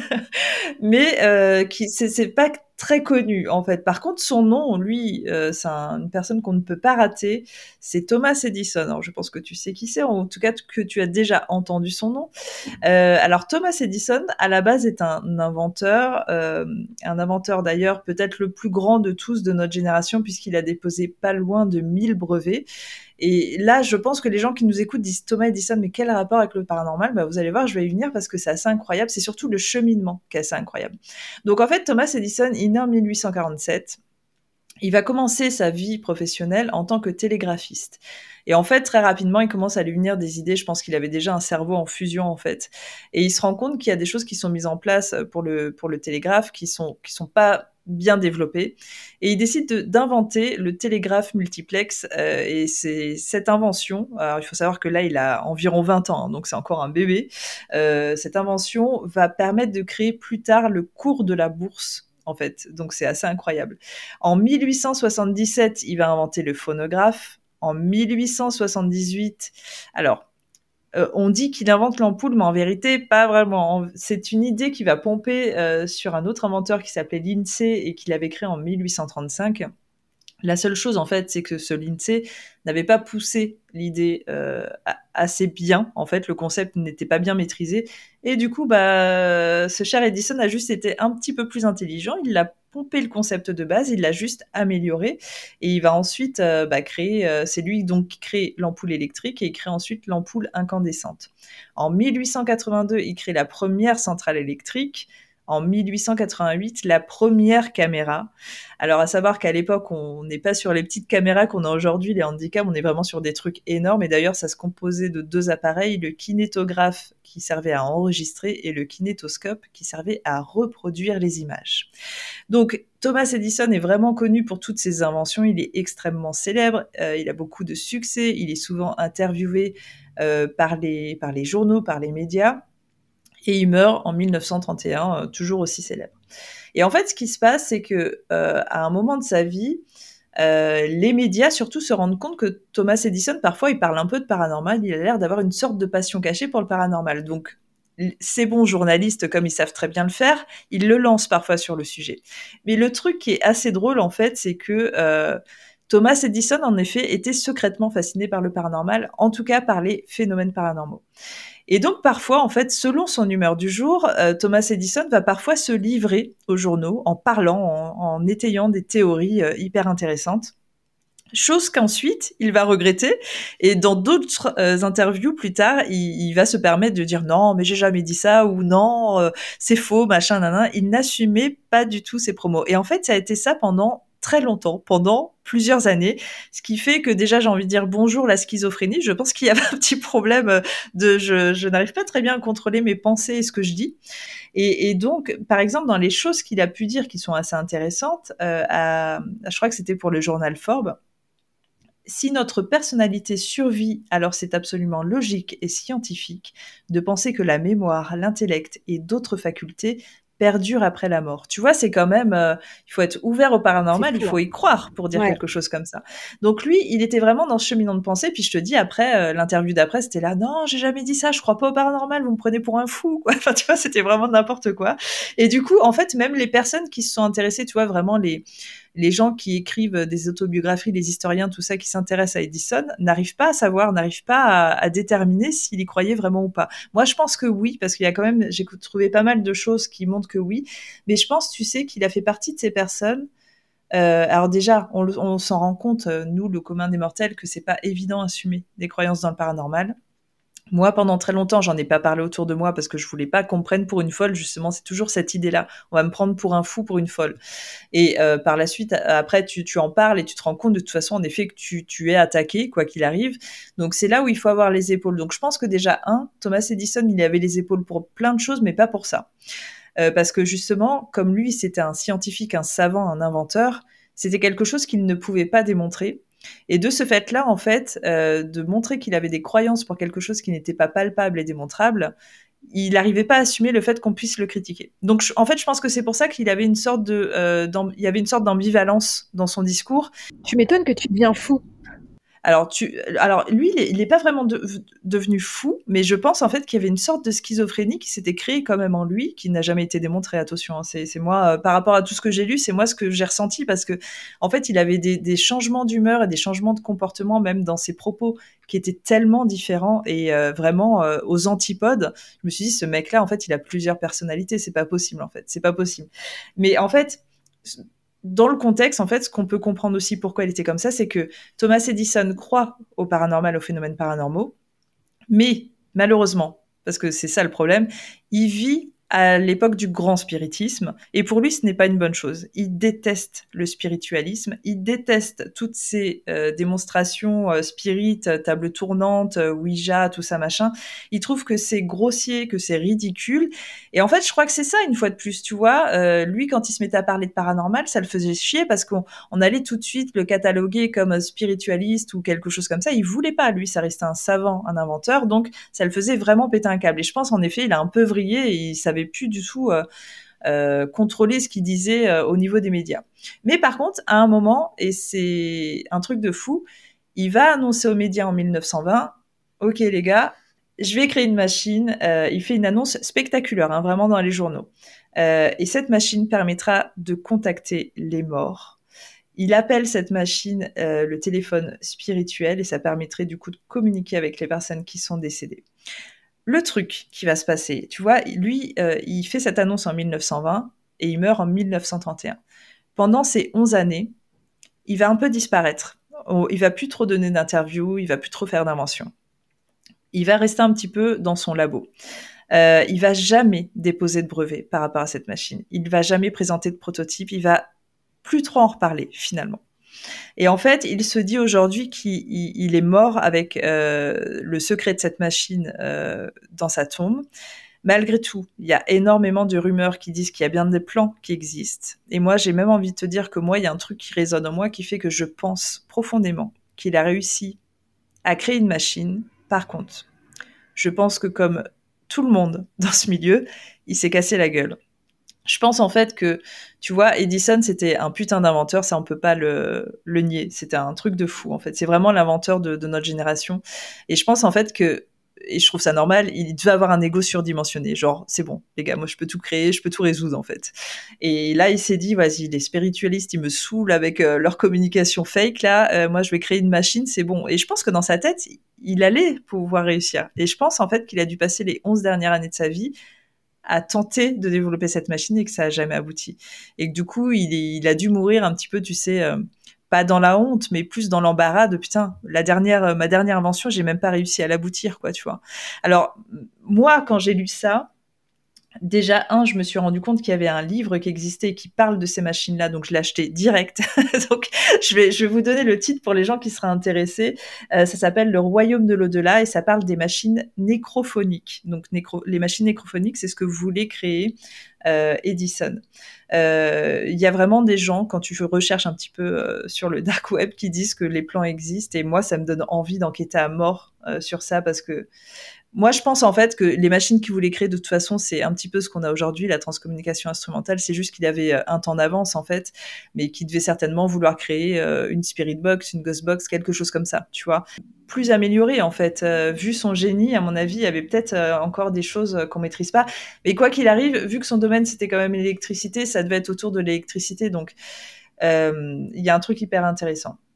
mais euh, qui c'est, c'est pas très connu en fait. Par contre, son nom, lui, euh, c'est un- une personne qu'on ne peut pas rater. C'est Thomas Edison. Alors, je pense que tu sais qui c'est, en tout cas que tu as déjà entendu son nom. Euh, alors Thomas Edison, à la base, est un inventeur, euh, un inventeur d'ailleurs peut-être le plus grand de tous de notre génération puisqu'il a déposé pas loin de mille brevets. Et là, je pense que les gens qui nous écoutent disent Thomas Edison, mais quel rapport avec le paranormal? Bah, vous allez voir, je vais y venir parce que c'est assez incroyable. C'est surtout le cheminement qui est assez incroyable. Donc en fait, Thomas Edison, il est né en mille huit cent quarante-sept. Il va commencer sa vie professionnelle en tant que télégraphiste. Et en fait, très rapidement, il commence à lui venir des idées. Je pense qu'il avait déjà un cerveau en fusion, en fait. Et il se rend compte qu'il y a des choses qui sont mises en place pour le, pour le télégraphe qui sont, qui sont pas bien développées. Et il décide de, d'inventer le télégraphe multiplex. Euh, et c'est cette invention, alors il faut savoir que là, il a environ vingt ans, hein, donc c'est encore un bébé. Euh, cette invention va permettre de créer plus tard le cours de la bourse, en fait. Donc c'est assez incroyable. En mille huit cent soixante-dix-sept, il va inventer le phonographe. En mille huit cent soixante-dix-huit, alors, euh, on dit qu'il invente l'ampoule, mais en vérité, pas vraiment. C'est une idée qui va pomper euh, sur un autre inventeur qui s'appelait Lindsay et qu'il avait créé en mille huit cent trente-cinq. La seule chose, en fait, c'est que ce Lindsay n'avait pas poussé l'idée euh, assez bien. En fait, le concept n'était pas bien maîtrisé. Et du coup, bah, ce cher Edison a juste été un petit peu plus intelligent. Il a pompé le concept de base, il l'a juste amélioré. Et il va ensuite euh, bah, créer... Euh, c'est lui donc qui crée l'ampoule électrique et il crée ensuite l'ampoule incandescente. En mille huit cent quatre-vingt-deux, il crée la première centrale électrique. En mille huit cent quatre-vingt-huit, la première caméra. Alors, à savoir qu'à l'époque, on n'est pas sur les petites caméras qu'on a aujourd'hui, les handicaps, on est vraiment sur des trucs énormes. Et d'ailleurs, ça se composait de deux appareils, le kinétographe qui servait à enregistrer et le kinétoscope qui servait à reproduire les images. Donc, Thomas Edison est vraiment connu pour toutes ses inventions. Il est extrêmement célèbre, euh, il a beaucoup de succès, il est souvent interviewé euh, par les, par les journaux, par les médias. Et il meurt en mille neuf cent trente et un, euh, toujours aussi célèbre. Et en fait, ce qui se passe, c'est que euh, à un moment de sa vie, euh, les médias surtout se rendent compte que Thomas Edison, parfois, il parle un peu de paranormal. Il a l'air d'avoir une sorte de passion cachée pour le paranormal. Donc, ces bons journalistes, comme ils savent très bien le faire, ils le lancent parfois sur le sujet. Mais le truc qui est assez drôle, en fait, c'est que euh, Thomas Edison, en effet, était secrètement fasciné par le paranormal, en tout cas par les phénomènes paranormaux. Et donc parfois, en fait, selon son humeur du jour, euh, Thomas Edison va parfois se livrer aux journaux en parlant, en, en étayant des théories euh, hyper intéressantes. Chose qu'ensuite, il va regretter. Et dans d'autres euh, interviews plus tard, il, il va se permettre de dire non, mais j'ai jamais dit ça, ou non, euh, c'est faux, machin, nanan. Il n'assumait pas du tout ses promos. Et en fait, ça a été ça pendant très longtemps, pendant plusieurs années, ce qui fait que déjà j'ai envie de dire bonjour la schizophrénie. Je pense qu'il y avait un petit problème de je, je n'arrive pas très bien à contrôler mes pensées et ce que je dis. Et, et donc, par exemple, dans les choses qu'il a pu dire qui sont assez intéressantes, euh, à, je crois que c'était pour le journal Forbes, si notre personnalité survit, alors c'est absolument logique et scientifique de penser que la mémoire, l'intellect et d'autres facultés perdurent après la mort. Tu vois, c'est quand même... Euh, il faut être ouvert au paranormal,
C'est fou,
il faut
hein.
y croire pour dire
Ouais.
quelque chose comme ça. Donc lui, il était vraiment dans ce cheminement de pensée, puis je te dis, après, euh, l'interview d'après, c'était là, non, j'ai jamais dit ça, je crois pas au paranormal, vous me prenez pour un fou, quoi. Enfin, tu vois, c'était vraiment n'importe quoi. Et du coup, en fait, même les personnes qui se sont intéressées, tu vois, vraiment les... les gens qui écrivent des autobiographies, les historiens, tout ça, qui s'intéressent à Edison, n'arrivent pas à savoir, n'arrivent pas à, à déterminer s'il y croyait vraiment ou pas. Moi, je pense que oui, parce qu'il y a quand même, j'ai trouvé pas mal de choses qui montrent que oui, mais je pense, tu sais, qu'il a fait partie de ces personnes Euh, alors déjà, on, le- on s'en rend compte, euh, nous, le commun des mortels, que c'est pas évident à assumer des croyances dans le paranormal. Moi, pendant très longtemps, j'en ai pas parlé autour de moi parce que je voulais pas qu'on me prenne pour une folle. Justement, c'est toujours cette idée-là. On va me prendre pour un fou, pour une folle. Et euh, par la suite, après, tu, tu en parles et tu te rends compte de toute façon, en effet, que tu, tu es attaqué, quoi qu'il arrive. Donc c'est là où il faut avoir les épaules. Donc je pense que déjà, un, Thomas Edison, il avait les épaules pour plein de choses, mais pas pour ça. Euh, parce que justement, comme lui, c'était un scientifique, un savant, un inventeur, c'était quelque chose qu'il ne pouvait pas démontrer. Et de ce fait-là, en fait, euh, de montrer qu'il avait des croyances pour quelque chose qui n'était pas palpable et démontrable, il n'arrivait pas à assumer le fait qu'on puisse le critiquer. Donc, je, en fait, je pense que c'est pour ça qu'il avait une sorte de, euh, il y avait une sorte d'ambivalence dans son discours.
Tu m'étonnes que tu deviens fou.
Alors, tu, alors lui, il n'est pas vraiment de, devenu fou, mais je pense en fait qu'il y avait une sorte de schizophrénie qui s'était créée quand même en lui, qui n'a jamais été démontrée, attention, hein, c'est, c'est moi, euh, par rapport à tout ce que j'ai lu, c'est moi ce que j'ai ressenti, parce que en fait, il avait des, des changements d'humeur et des changements de comportement, même dans ses propos, qui étaient tellement différents et euh, vraiment euh, aux antipodes. Je me suis dit, ce mec-là, en fait, il a plusieurs personnalités, c'est pas possible, en fait, c'est pas possible. Mais en fait, dans le contexte, en fait, ce qu'on peut comprendre aussi pourquoi il était comme ça, c'est que Thomas Edison croit au paranormal, aux phénomènes paranormaux, mais malheureusement, parce que c'est ça le problème, il vit à l'époque du grand spiritisme, et pour lui, ce n'est pas une bonne chose. Il déteste le spiritualisme, il déteste toutes ces euh, démonstrations euh, spirites, table tournante, euh, Ouija, tout ça, machin. Il trouve que c'est grossier, que c'est ridicule, et en fait, je crois que c'est ça, une fois de plus, tu vois. Euh, lui, quand il se mettait à parler de paranormal, ça le faisait chier, parce qu'on on allait tout de suite le cataloguer comme spiritualiste ou quelque chose comme ça. Il voulait pas, lui, ça restait un savant, un inventeur, donc ça le faisait vraiment péter un câble. Et je pense, en effet, il a un peu vrillé et il savait plus du tout euh, euh, contrôler ce qu'il disait euh, au niveau des médias. Mais par contre, à un moment, et c'est un truc de fou, il va annoncer aux médias en mille neuf cent vingt, ok les gars, je vais créer une machine. Euh, il fait une annonce spectaculaire, hein, vraiment dans les journaux. Euh, et cette machine permettra de contacter les morts. Il appelle cette machine euh, le téléphone spirituel et ça permettrait du coup de communiquer avec les personnes qui sont décédées. Le truc qui va se passer, tu vois, lui, euh, il fait cette annonce en mille neuf cent vingt et il meurt en mille neuf cent trente et un. Pendant ces onze années, il va un peu disparaître. Oh, il va plus trop donner d'interviews, il va plus trop faire d'inventions. Il va rester un petit peu dans son labo. Euh, il va jamais déposer de brevet par rapport à cette machine. Il va jamais présenter de prototype. Il va plus trop en reparler finalement. Et en fait, il se dit aujourd'hui qu'il il est mort avec euh, le secret de cette machine euh, dans sa tombe. Malgré tout, il y a énormément de rumeurs qui disent qu'il y a bien des plans qui existent. Et moi, j'ai même envie de te dire que moi, il y a un truc qui résonne en moi qui fait que je pense profondément qu'il a réussi à créer une machine. Par contre, je pense que comme tout le monde dans ce milieu, il s'est cassé la gueule. Je pense en fait que, tu vois, Edison, c'était un putain d'inventeur, ça on peut pas le, le nier. C'était un truc de fou, en fait. C'est vraiment l'inventeur de, de notre génération. Et je pense en fait que, et je trouve ça normal, il devait avoir un ego surdimensionné. Genre, c'est bon, les gars, moi je peux tout créer, je peux tout résoudre, en fait. Et là, il s'est dit, vas-y, les spiritualistes, ils me saoulent avec euh, leur communication fake, là. Euh, moi, je vais créer une machine, c'est bon. Et je pense que dans sa tête, il allait pouvoir réussir. Et je pense en fait qu'il a dû passer les onze dernières années de sa vie à tenter de développer cette machine et que ça a jamais abouti. Et que du coup, il, est, il a dû mourir un petit peu, tu sais, euh, pas dans la honte, mais plus dans l'embarras de putain, la dernière, euh, ma dernière invention, j'ai même pas réussi à l'aboutir, quoi, tu vois. Alors, moi, quand j'ai lu ça, déjà, un, je me suis rendu compte qu'il y avait un livre qui existait et qui parle de ces machines-là, donc je l'ai acheté direct. Donc, je vais, je vais vous donner le titre pour les gens qui seraient intéressés. Euh, ça s'appelle Le Royaume de l'au-delà et ça parle des machines nécrophoniques. Donc, nécro- les machines nécrophoniques, c'est ce que voulait créer euh, Edison. Euh, Il y a vraiment des gens, quand tu recherches un petit peu euh, sur le dark web, qui disent que les plans existent et moi, ça me donne envie d'enquêter à mort euh, sur ça parce que moi, je pense en fait que les machines qu'il voulait créer, de toute façon, c'est un petit peu ce qu'on a aujourd'hui, la transcommunication instrumentale. C'est juste qu'il avait un temps d'avance, en fait, mais qu'il devait certainement vouloir créer euh, une spirit box, une ghost box, quelque chose comme ça, tu vois. Plus amélioré, en fait. Euh, vu son génie, à mon avis, il y avait peut-être euh, encore des choses qu'on maîtrise pas. Mais quoi qu'il arrive, vu que son domaine, c'était quand même l'électricité, ça devait être autour de l'électricité. Donc, euh, il y a un truc hyper intéressant.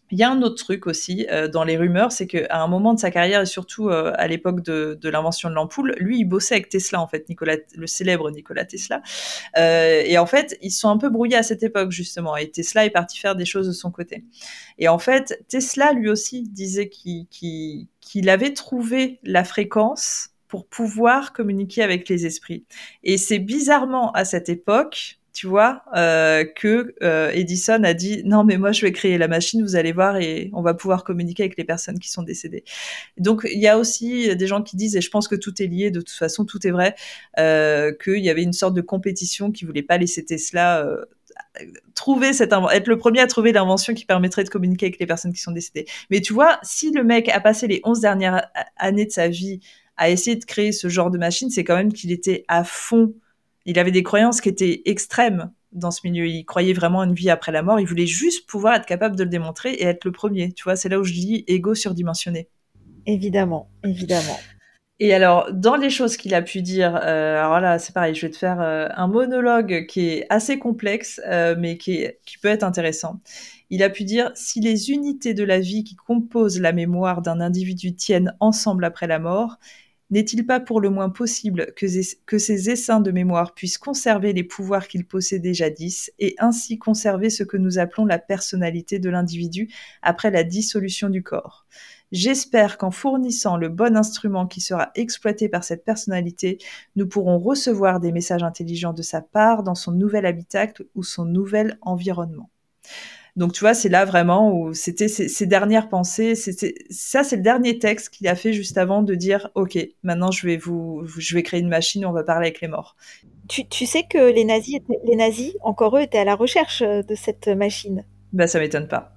Il y a un autre truc aussi euh, dans les rumeurs, c'est qu'à un moment de sa carrière, et surtout euh, à l'époque de, de l'invention de l'ampoule, lui, il bossait avec Tesla, en fait, Nikola, le célèbre Nikola Tesla. Euh, et en fait, ils se sont un peu brouillés à cette époque, justement, et Tesla est parti faire des choses de son côté. Et en fait, Tesla, lui aussi, disait qu'il, qu'il, qu'il avait trouvé la fréquence pour pouvoir communiquer avec les esprits. Et c'est bizarrement à cette époque, tu vois, euh, que euh, Edison a dit non mais moi je vais créer la machine, vous allez voir et on va pouvoir communiquer avec les personnes qui sont décédées. Donc il y a aussi des gens qui disent, et je pense que tout est lié, de toute façon tout est vrai, euh, qu'il y avait une sorte de compétition qui voulait pas laisser Tesla euh, trouver cette inv- être le premier à trouver l'invention qui permettrait de communiquer avec les personnes qui sont décédées. Mais tu vois, si le mec a passé les onze dernières années de sa vie à essayer de créer ce genre de machine, c'est quand même qu'il était à fond. Il avait des croyances qui étaient extrêmes dans ce milieu. Il croyait vraiment à une vie après la mort. Il voulait juste pouvoir être capable de le démontrer et être le premier. Tu vois, c'est là où je dis égo surdimensionné.
Évidemment, évidemment.
Et alors, dans les choses qu'il a pu dire, euh, alors là, c'est pareil, je vais te faire euh, un monologue qui est assez complexe, euh, mais qui, est, qui peut être intéressant. Il a pu dire, si les unités de la vie qui composent la mémoire d'un individu tiennent ensemble après la mort, n'est-il pas pour le moins possible que, que ces essaims de mémoire puissent conserver les pouvoirs qu'ils possédaient jadis et ainsi conserver ce que nous appelons la personnalité de l'individu après la dissolution du corps ? J'espère qu'en fournissant le bon instrument qui sera exploité par cette personnalité, nous pourrons recevoir des messages intelligents de sa part dans son nouvel habitacle ou son nouvel environnement. Donc, tu vois, c'est là vraiment où c'était ses, ses dernières pensées. C'était, ça, c'est le dernier texte qu'il a fait juste avant de dire « Ok, maintenant, je vais, vous, je vais créer une machine et on va parler avec les morts. »
Tu, tu sais que les nazis, étaient, les nazis, encore eux, étaient à la recherche de cette machine.
Ben, ça m'étonne pas.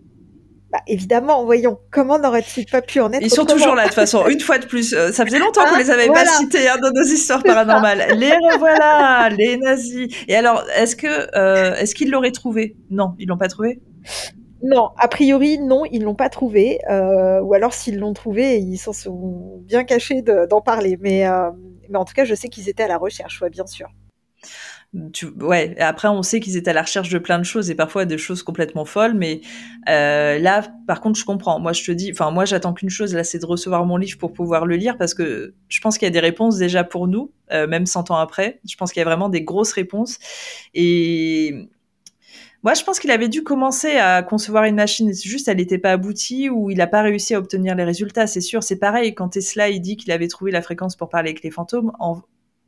Bah, évidemment, voyons, comment n'aurait-il pas pu en être
Ils sont
autrement
toujours là, de toute façon, une fois de plus. Euh, ça faisait longtemps
hein,
qu'on les avait
voilà.
pas cités hein, dans nos histoires paranormales. Les revoilà, les nazis. Et alors, est-ce que, euh, est-ce qu'ils l'auraient trouvé ? Non, ils l'ont pas trouvé ?
Non, a priori, non, ils l'ont pas trouvé. Euh, ou alors, s'ils l'ont trouvé, ils s'en sont bien cachés de, d'en parler. Mais, euh, mais en tout cas, je sais qu'ils étaient à la recherche, ouais, bien sûr.
Tu, ouais, après on sait qu'ils étaient à la recherche de plein de choses et parfois de choses complètement folles, mais euh, là par contre je comprends. Moi je te dis, enfin moi j'attends qu'une chose là, c'est de recevoir mon livre pour pouvoir le lire parce que je pense qu'il y a des réponses déjà pour nous, euh, même cent ans après. Je pense qu'il y a vraiment des grosses réponses et moi je pense qu'il avait dû commencer à concevoir une machine, c'est juste elle n'était pas aboutie ou il n'a pas réussi à obtenir les résultats. C'est sûr, c'est pareil quand Tesla il dit qu'il avait trouvé la fréquence pour parler avec les fantômes. En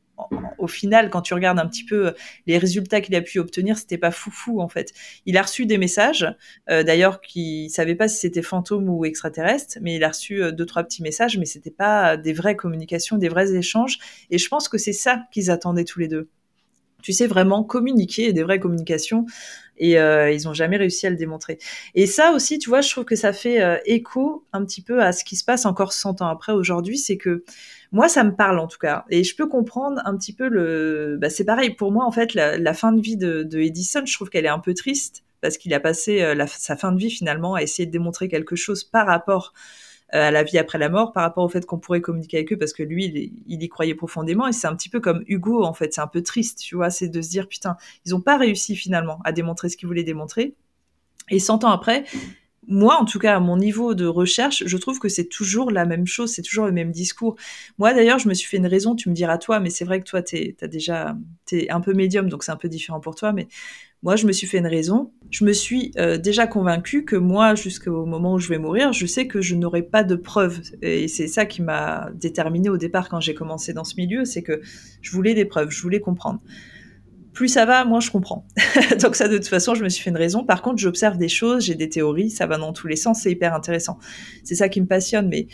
au final, quand tu regardes un petit peu les résultats qu'il a pu obtenir, c'était pas foufou en fait. Il a reçu des messages, euh, d'ailleurs, qu'il savait pas si c'était fantôme ou extraterrestre, mais il a reçu euh, deux trois petits messages, mais c'était pas des vraies communications, des vrais échanges. Et je pense que c'est ça qu'ils attendaient tous les deux. Tu sais, vraiment communiquer et des vraies communications. Et euh, ils ont jamais réussi à le démontrer. Et ça aussi, tu vois, je trouve que ça fait euh, écho un petit peu à ce qui se passe encore cent ans après aujourd'hui, c'est que moi, ça me parle en tout cas. Et je peux comprendre un petit peu le... Bah, c'est pareil, pour moi, en fait, la, la fin de vie de, de Edison, je trouve qu'elle est un peu triste parce qu'il a passé euh, la, sa fin de vie finalement à essayer de démontrer quelque chose par rapport à la vie après la mort, par rapport au fait qu'on pourrait communiquer avec eux, parce que lui, il, il y croyait profondément, et c'est un petit peu comme Hugo, en fait, c'est un peu triste, tu vois, c'est de se dire, putain, ils ont pas réussi finalement à démontrer ce qu'ils voulaient démontrer, et cent ans après, moi, en tout cas, à mon niveau de recherche, je trouve que c'est toujours la même chose, c'est toujours le même discours. Moi, d'ailleurs, je me suis fait une raison, tu me diras toi, mais c'est vrai que toi, t'es, t'as déjà, t'es un peu médium, donc c'est un peu différent pour toi, mais moi, je me suis fait une raison. Je me suis euh, déjà convaincue que moi, jusqu'au moment où je vais mourir, je sais que je n'aurai pas de preuves. Et c'est ça qui m'a déterminée au départ quand j'ai commencé dans ce milieu, c'est que je voulais des preuves, je voulais comprendre. Plus ça va, moins je comprends. Donc ça, de toute façon, je me suis fait une raison. Par contre, j'observe des choses, j'ai des théories, ça va dans tous les sens, c'est hyper intéressant. C'est ça qui me passionne, mais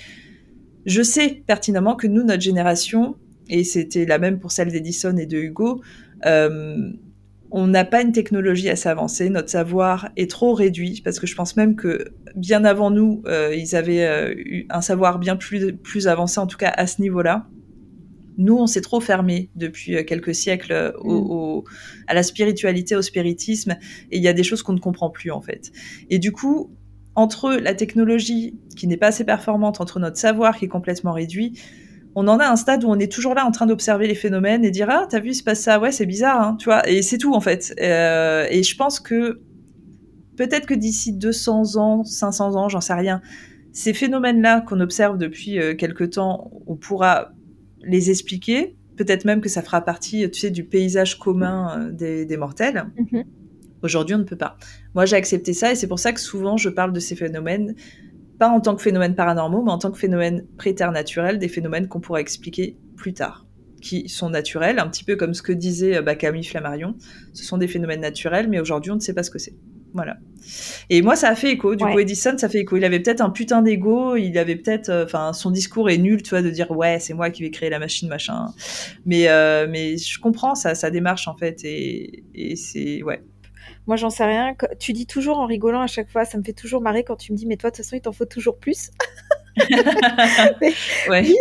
je sais pertinemment que nous, notre génération, et c'était la même pour celle d'Edison et de Hugo, euh, on n'a pas une technologie assez avancée, notre savoir est trop réduit, parce que je pense même que bien avant nous, euh, ils avaient euh, eu un savoir bien plus, plus avancé, en tout cas à ce niveau-là. Nous, on s'est trop fermé depuis quelques siècles au, au, à la spiritualité, au spiritisme, et il y a des choses qu'on ne comprend plus, en fait. Et du coup, entre la technologie qui n'est pas assez performante, entre notre savoir qui est complètement réduit, on en a un stade où on est toujours là en train d'observer les phénomènes et dire « Ah, t'as vu, il se passe ça, ouais, c'est bizarre, hein, tu vois ?» Et c'est tout, en fait. Euh, et je pense que peut-être que d'ici deux cents ans, cinq cents ans, j'en sais rien, ces phénomènes-là qu'on observe depuis euh, quelque temps, on pourra les expliquer. Peut-être même que ça fera partie, tu sais, du paysage commun euh, des, des mortels.
Mhm.
Aujourd'hui, on ne peut pas. Moi, j'ai accepté ça et c'est pour ça que souvent, je parle de ces phénomènes, pas en tant que phénomènes paranormaux, mais en tant que phénomènes préternaturels, des phénomènes qu'on pourra expliquer plus tard, qui sont naturels, un petit peu comme ce que disait bah, Camille Flammarion. Ce sont des phénomènes naturels, mais aujourd'hui, on ne sait pas ce que c'est. Voilà. Et moi, ça a fait écho. Du
Ouais.
coup, Edison, ça fait écho. Il avait peut-être un putain d'ego. Il avait peut-être, enfin, euh, son discours est nul, tu vois, de dire ouais, c'est moi qui vais créer la machine, machin. Mais, euh, mais je comprends ça, sa démarche en fait, et, et c'est ouais.
Moi, j'en sais rien. Tu dis toujours en rigolant à chaque fois, ça me fait toujours marrer quand tu me dis, mais toi, de toute façon, il t'en faut toujours plus. mais,
ouais.
Oui,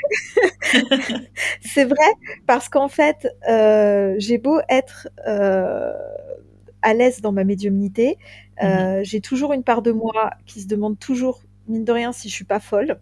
c'est vrai, parce qu'en fait, euh, j'ai beau être euh, à l'aise dans ma médiumnité, euh, mm-hmm. j'ai toujours une part de moi qui se demande toujours, mine de rien, si je suis pas folle.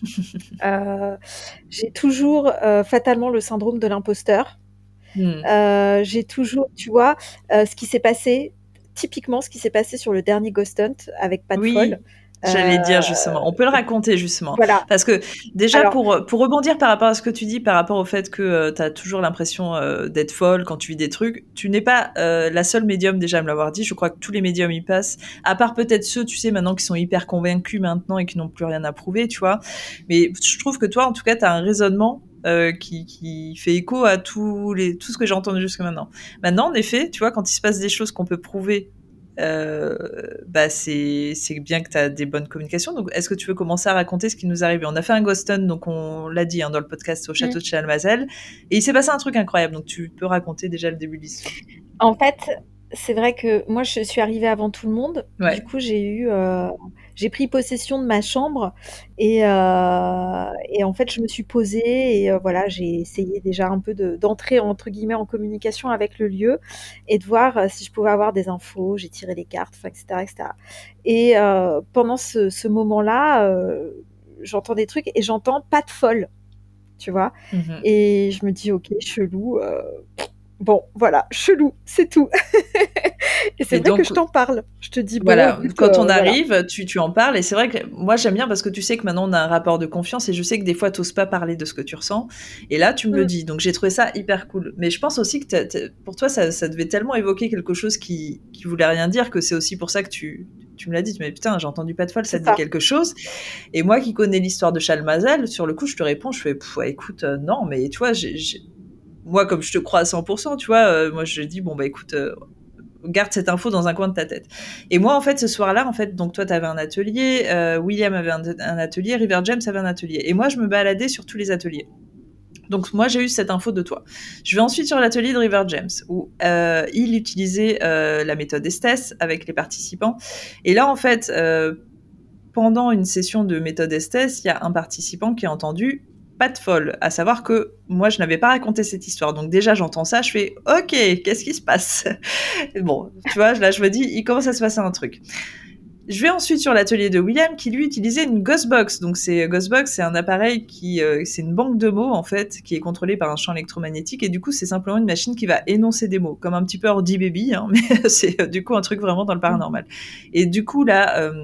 euh, j'ai toujours euh, fatalement le syndrome de l'imposteur. Mm. Euh, j'ai toujours, tu vois, euh, ce qui s'est passé, typiquement ce qui s'est passé sur le dernier Ghost Hunt avec Pat
oui.
Foll.
J'allais euh... dire justement, on peut le raconter justement.
Voilà.
Parce que déjà,
Alors,
pour, pour rebondir par rapport à ce que tu dis, par rapport au fait que euh, tu as toujours l'impression euh, d'être folle quand tu vis des trucs, tu n'es pas euh, la seule médium déjà à me l'avoir dit. Je crois que tous les médiums y passent, à part peut-être ceux, tu sais, maintenant qui sont hyper convaincus maintenant et qui n'ont plus rien à prouver, tu vois. Mais je trouve que toi, en tout cas, tu as un raisonnement Euh, qui, qui fait écho à tous les, tout ce que j'ai entendu jusqu'à maintenant. Maintenant, en effet, tu vois, quand il se passe des choses qu'on peut prouver, euh, bah c'est, c'est bien que tu as des bonnes communications. Donc, est-ce que tu veux commencer à raconter ce qui nous arrive ? On a fait un ghost hunt, donc on l'a dit hein, dans le podcast au château mmh. de Chalmazel, et il s'est passé un truc incroyable. Donc, tu peux raconter déjà le début de l'histoire.
En fait, c'est vrai que moi, je suis arrivée avant tout le monde. Ouais. Du coup, j'ai eu, euh, j'ai pris possession de ma chambre et, euh, et en fait, je me suis posée et euh, voilà, j'ai essayé déjà un peu de, d'entrer entre guillemets en communication avec le lieu et de voir euh, si je pouvais avoir des infos. J'ai tiré les cartes, et cetera, et cetera. Et euh, pendant ce, ce moment-là, euh, j'entends des trucs et j'entends pas de folle, tu vois. Mm-hmm. Et je me dis, ok, chelou. Euh, Bon, voilà, chelou, c'est tout. Et c'est et vrai donc, que je t'en parle. Je te dis, bon,
voilà,
écoute,
quand on
euh,
arrive,
voilà.
tu, tu en parles. Et c'est vrai que moi, j'aime bien parce que tu sais que maintenant, on a un rapport de confiance et je sais que des fois, tu n'oses pas parler de ce que tu ressens. Et là, tu me mm. le dis. Donc, j'ai trouvé ça hyper cool. Mais je pense aussi que t'as, t'as, pour toi, ça, ça devait tellement évoquer quelque chose qui ne voulait rien dire que c'est aussi pour ça que tu, tu me l'as dit. Tu me dis, putain, j'ai entendu pas de folle, ça te dit quelque chose. Et moi qui connais l'histoire de Chalmazel, sur le coup, je te réponds, je fais, ouais, écoute, euh, non, mais tu vois, j'ai... j'ai... moi, comme je te crois à cent pour cent, tu vois, euh, moi, je dis, bon, bah, écoute, euh, garde cette info dans un coin de ta tête. Et moi, en fait, ce soir-là, en fait, donc toi, t'avais un atelier, euh, William avait un, un atelier, River James avait un atelier. Et moi, je me baladais sur tous les ateliers. Donc, moi, j'ai eu cette info de toi. Je vais ensuite sur l'atelier de River James, où euh, il utilisait euh, la méthode Estes avec les participants. Et là, en fait, euh, pendant une session de méthode Estes, il y a un participant qui a entendu pas de folle, à savoir que moi je n'avais pas raconté cette histoire, donc déjà j'entends ça, je fais ok, qu'est-ce qui se passe ? Bon, tu vois, là je me dis, il commence à se passer un truc. Je vais ensuite sur l'atelier de William qui lui utilisait une Ghostbox. Donc c'est Ghostbox, c'est un appareil qui, euh, c'est une banque de mots en fait, qui est contrôlée par un champ électromagnétique et du coup c'est simplement une machine qui va énoncer des mots, comme un petit peu Ordi Baby, hein, mais c'est euh, du coup un truc vraiment dans le paranormal. Et du coup là. Euh,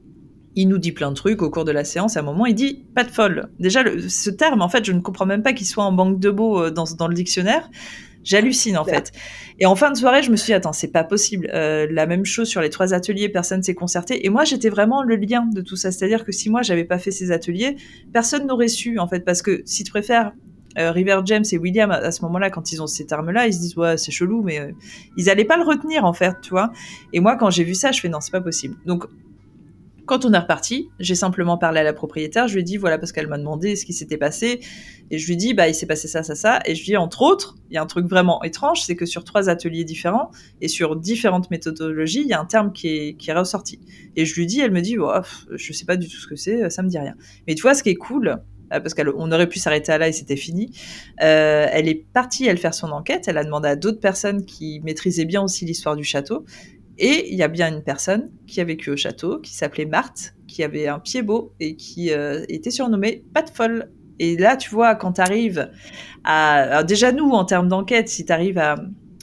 Il nous dit plein de trucs au cours de la séance. À un moment, il dit « pas de folle ». Déjà, le, ce terme, en fait, je ne comprends même pas qu'il soit en banque de mots dans, dans le dictionnaire. J'hallucine, en fait. Et en fin de soirée, je me suis dit « attends, c'est pas possible euh, ». La même chose sur les trois ateliers, personne s'est concerté. Et moi, j'étais vraiment le lien de tout ça. C'est-à-dire que si moi, j'avais pas fait ces ateliers, personne n'aurait su, en fait. Parce que si tu préfères, euh, River James et William, à, à ce moment-là, quand ils ont ces termes-là, ils se disent « ouais, c'est chelou », mais euh, ils allaient pas le retenir, en fait, tu vois. Et moi, quand j'ai vu ça, je fais « non, c'est pas possible ». Donc, quand on est reparti, j'ai simplement parlé à la propriétaire, je lui ai dit, voilà, parce qu'elle m'a demandé ce qui s'était passé, et je lui ai dit, bah, il s'est passé ça, ça, ça, et je lui ai dit, entre autres, il y a un truc vraiment étrange, c'est que sur trois ateliers différents, et sur différentes méthodologies, il y a un terme qui est, qui est ressorti. Et je lui ai dit, elle me dit, oh, je sais pas du tout ce que c'est, ça me dit rien. Mais tu vois, ce qui est cool, parce qu'on aurait pu s'arrêter à là et c'était fini, euh, elle est partie, elle, faire son enquête, elle a demandé à d'autres personnes qui maîtrisaient bien aussi l'histoire du château. Et il y a bien une personne qui a vécu au château, qui s'appelait Marthe, qui avait un pied beau et qui euh, était surnommée pas de folle. Et là, tu vois, quand tu arrives à... Alors déjà, nous, en termes d'enquête, si tu arrives à,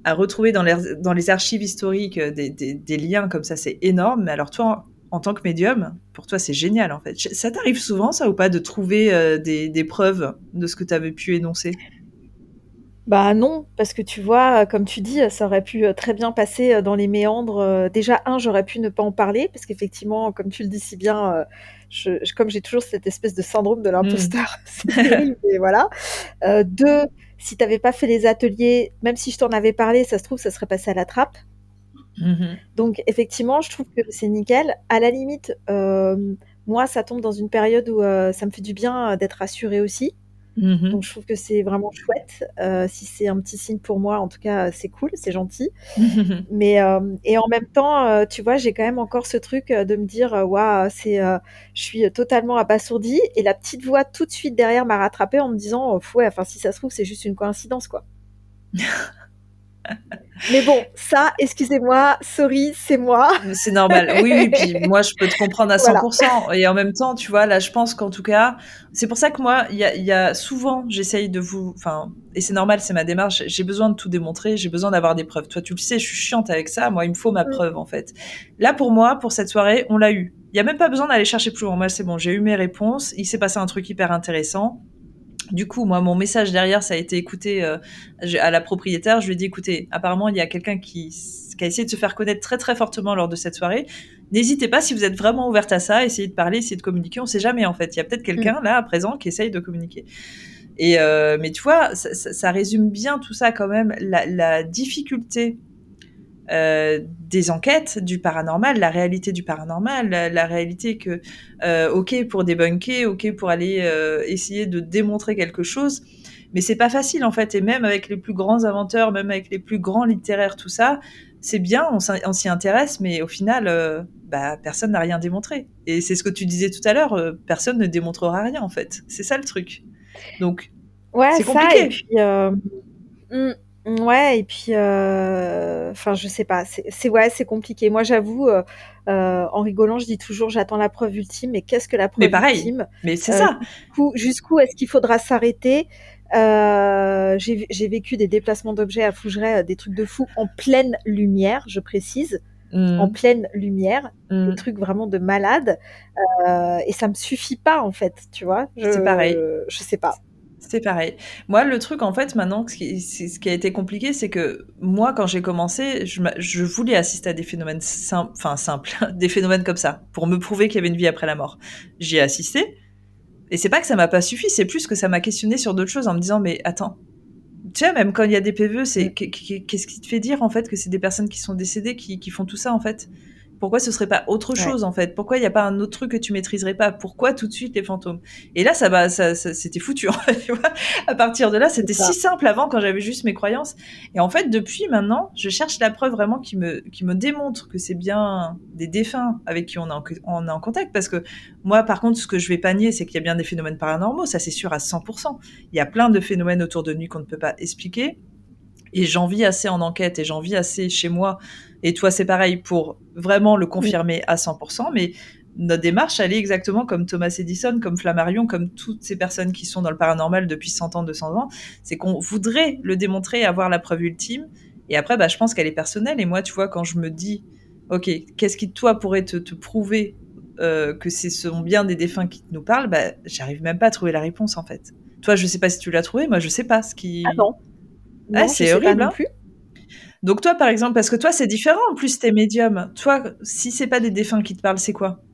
à retrouver dans les, dans les archives historiques des, des, des liens comme ça, c'est énorme. Mais alors toi, en tant que médium, pour toi, c'est génial en fait. Ça t'arrive souvent, ça, ou pas, de trouver euh, des, des preuves de ce que tu avais pu énoncer?
Bah non, parce que tu vois, comme tu dis, ça aurait pu très bien passer dans les méandres. Déjà, un, j'aurais pu ne pas en parler, parce qu'effectivement, comme tu le dis si bien, je, je- comme j'ai toujours cette espèce de syndrome de
Mm.
l'imposteur, c'est terrible, et voilà. Euh, deux, si t'avais pas fait les ateliers, même si je t'en avais parlé, ça se trouve, ça serait passé à la trappe.
Mhm.
Donc effectivement, je trouve que c'est nickel. À la limite, euh, moi, ça tombe dans une période où euh, ça me fait du bien euh, d'être rassurée aussi. Donc
Mhm.
je trouve que c'est vraiment chouette. Euh, si c'est un petit signe pour moi, en tout cas, c'est cool, c'est gentil.
Mhm.
Mais euh, et en même temps, euh, tu vois, j'ai quand même encore ce truc euh, de me dire, euh, waouh, c'est, euh, je suis totalement abasourdie. Et la petite voix tout de suite derrière m'a rattrapée en me disant, oh, ouais, enfin si ça se trouve, c'est juste une coïncidence, quoi. Mais bon, ça, excusez-moi, sorry, c'est moi.
C'est normal. Oui, oui, puis moi, je peux te comprendre à
Voilà.
cent pour cent. Et en même temps, tu vois, là, je pense qu'en tout cas, c'est pour ça que moi, il y a, il y a souvent, j'essaye de vous, enfin, et c'est normal, c'est ma démarche, j'ai besoin de tout démontrer, j'ai besoin d'avoir des preuves. Toi, tu le sais, je suis chiante avec ça. Moi, il me faut ma
Mm.
preuve, en fait. Là, pour moi, pour cette soirée, on l'a eu. Il y a même pas besoin d'aller chercher plus loin. Moi, c'est bon, j'ai eu mes réponses. Il s'est passé un truc hyper intéressant. Du coup, moi, mon message derrière, ça a été écouté euh, à la propriétaire. Je lui ai dit, écoutez, apparemment, il y a quelqu'un qui, qui a essayé de se faire connaître très, très fortement lors de cette soirée. N'hésitez pas, si vous êtes vraiment ouverte à ça, essayez de parler, essayez de communiquer. On ne sait jamais, en fait. Il y a peut-être
Mm.
quelqu'un, là, à présent, qui essaye de communiquer. Et euh, mais tu vois, ça, ça, ça résume bien tout ça, quand même, la, la difficulté euh, des enquêtes du paranormal, la réalité du paranormal, la, la réalité que, euh, ok pour débunker, ok pour aller euh, essayer de démontrer quelque chose, mais c'est pas facile en fait. Et même avec les plus grands inventeurs, même avec les plus grands littéraires, tout ça, c'est bien, on, on s'y intéresse, mais au final, euh, bah, personne n'a rien démontré. Et c'est ce que tu disais tout à l'heure, euh, personne ne démontrera rien en fait. C'est ça le truc. Donc,
Ouais,
c'est
ça, et
compliqué.
puis, euh, mm, mm, ouais, et puis, euh, enfin, je sais pas, c'est, c'est- ouais, c'est compliqué. Moi, j'avoue, euh, euh, en rigolant, je dis toujours, j'attends la preuve ultime, mais qu'est-ce que la
Mais
preuve
pareil,
ultime?
mais c'est
Euh,
ça.
jusqu'où, jusqu'où est-ce qu'il faudra s'arrêter? Euh, j'ai, j'ai vécu des déplacements d'objets à Fougeray, euh, des trucs de fou, en pleine lumière, je précise, en
Mmh,
pleine lumière, des
mmh.
trucs vraiment de malade, euh, et ça me suffit pas, en fait, tu vois?
C'est pareil.
Je, je sais pas.
C'est pareil. Moi, le truc, en fait, maintenant, ce qui, ce qui a été compliqué, c'est que moi, quand j'ai commencé, je, je voulais assister à des phénomènes simples, enfin simples, des phénomènes comme ça, pour me prouver qu'il y avait une vie après la mort. J'y ai assisté, et c'est pas que ça m'a pas suffi, c'est plus que ça m'a questionné sur d'autres choses en me disant, mais attends, tu sais, même quand il y a des P V E, c'est qu'est-ce qui te fait dire en fait que c'est des personnes qui sont décédées qui, qui font tout ça en fait? Pourquoi ce serait pas autre
Ouais,
chose en fait? Pourquoi il n'y a pas un autre truc que tu maîtriserais pas? Pourquoi tout de suite les fantômes? Et là, ça va, ça, ça- c'était foutu en fait. Tu vois, à partir de là,
c'est
c'était si
ça.
simple avant quand j'avais juste mes croyances. Et en fait, depuis maintenant, je cherche la preuve vraiment qui me, qui me démontre que c'est bien des défunts avec qui on est en, on est en contact. Parce que moi, par contre, ce que je vais pas nier, c'est qu'il y a bien des phénomènes paranormaux. Ça, c'est sûr à cent pour cent. Il y a plein de phénomènes autour de nous qu'on ne peut pas expliquer. Et j'en vis assez en enquête et j'en vis assez chez moi. Et toi, c'est pareil pour vraiment le
Mm.
confirmer à cent pour cent. Mais notre démarche, elle est exactement comme Thomas Edison, comme Flammarion, comme toutes ces personnes qui sont dans le paranormal depuis cent ans, deux cents ans. C'est qu'on voudrait le démontrer, avoir la preuve ultime. Et après, bah, je pense qu'elle est personnelle. Et moi, tu vois, quand je me dis, OK, qu'est-ce qui, toi, pourrait te, te prouver euh, que ce sont bien des défunts qui nous parlent, bah, j'arrive même pas à trouver la réponse, en fait. Toi, je sais pas si tu l'as trouvé. Moi, je sais pas ce
Ah
qui...
non,
Ah,
non, je
c'est
sais pas
horrible,
non
hein.
plus.
Donc toi, par exemple, parce que toi, c'est différent, en plus, t'es médium. Toi, si c'est pas des défunts qui te parlent, c'est quoi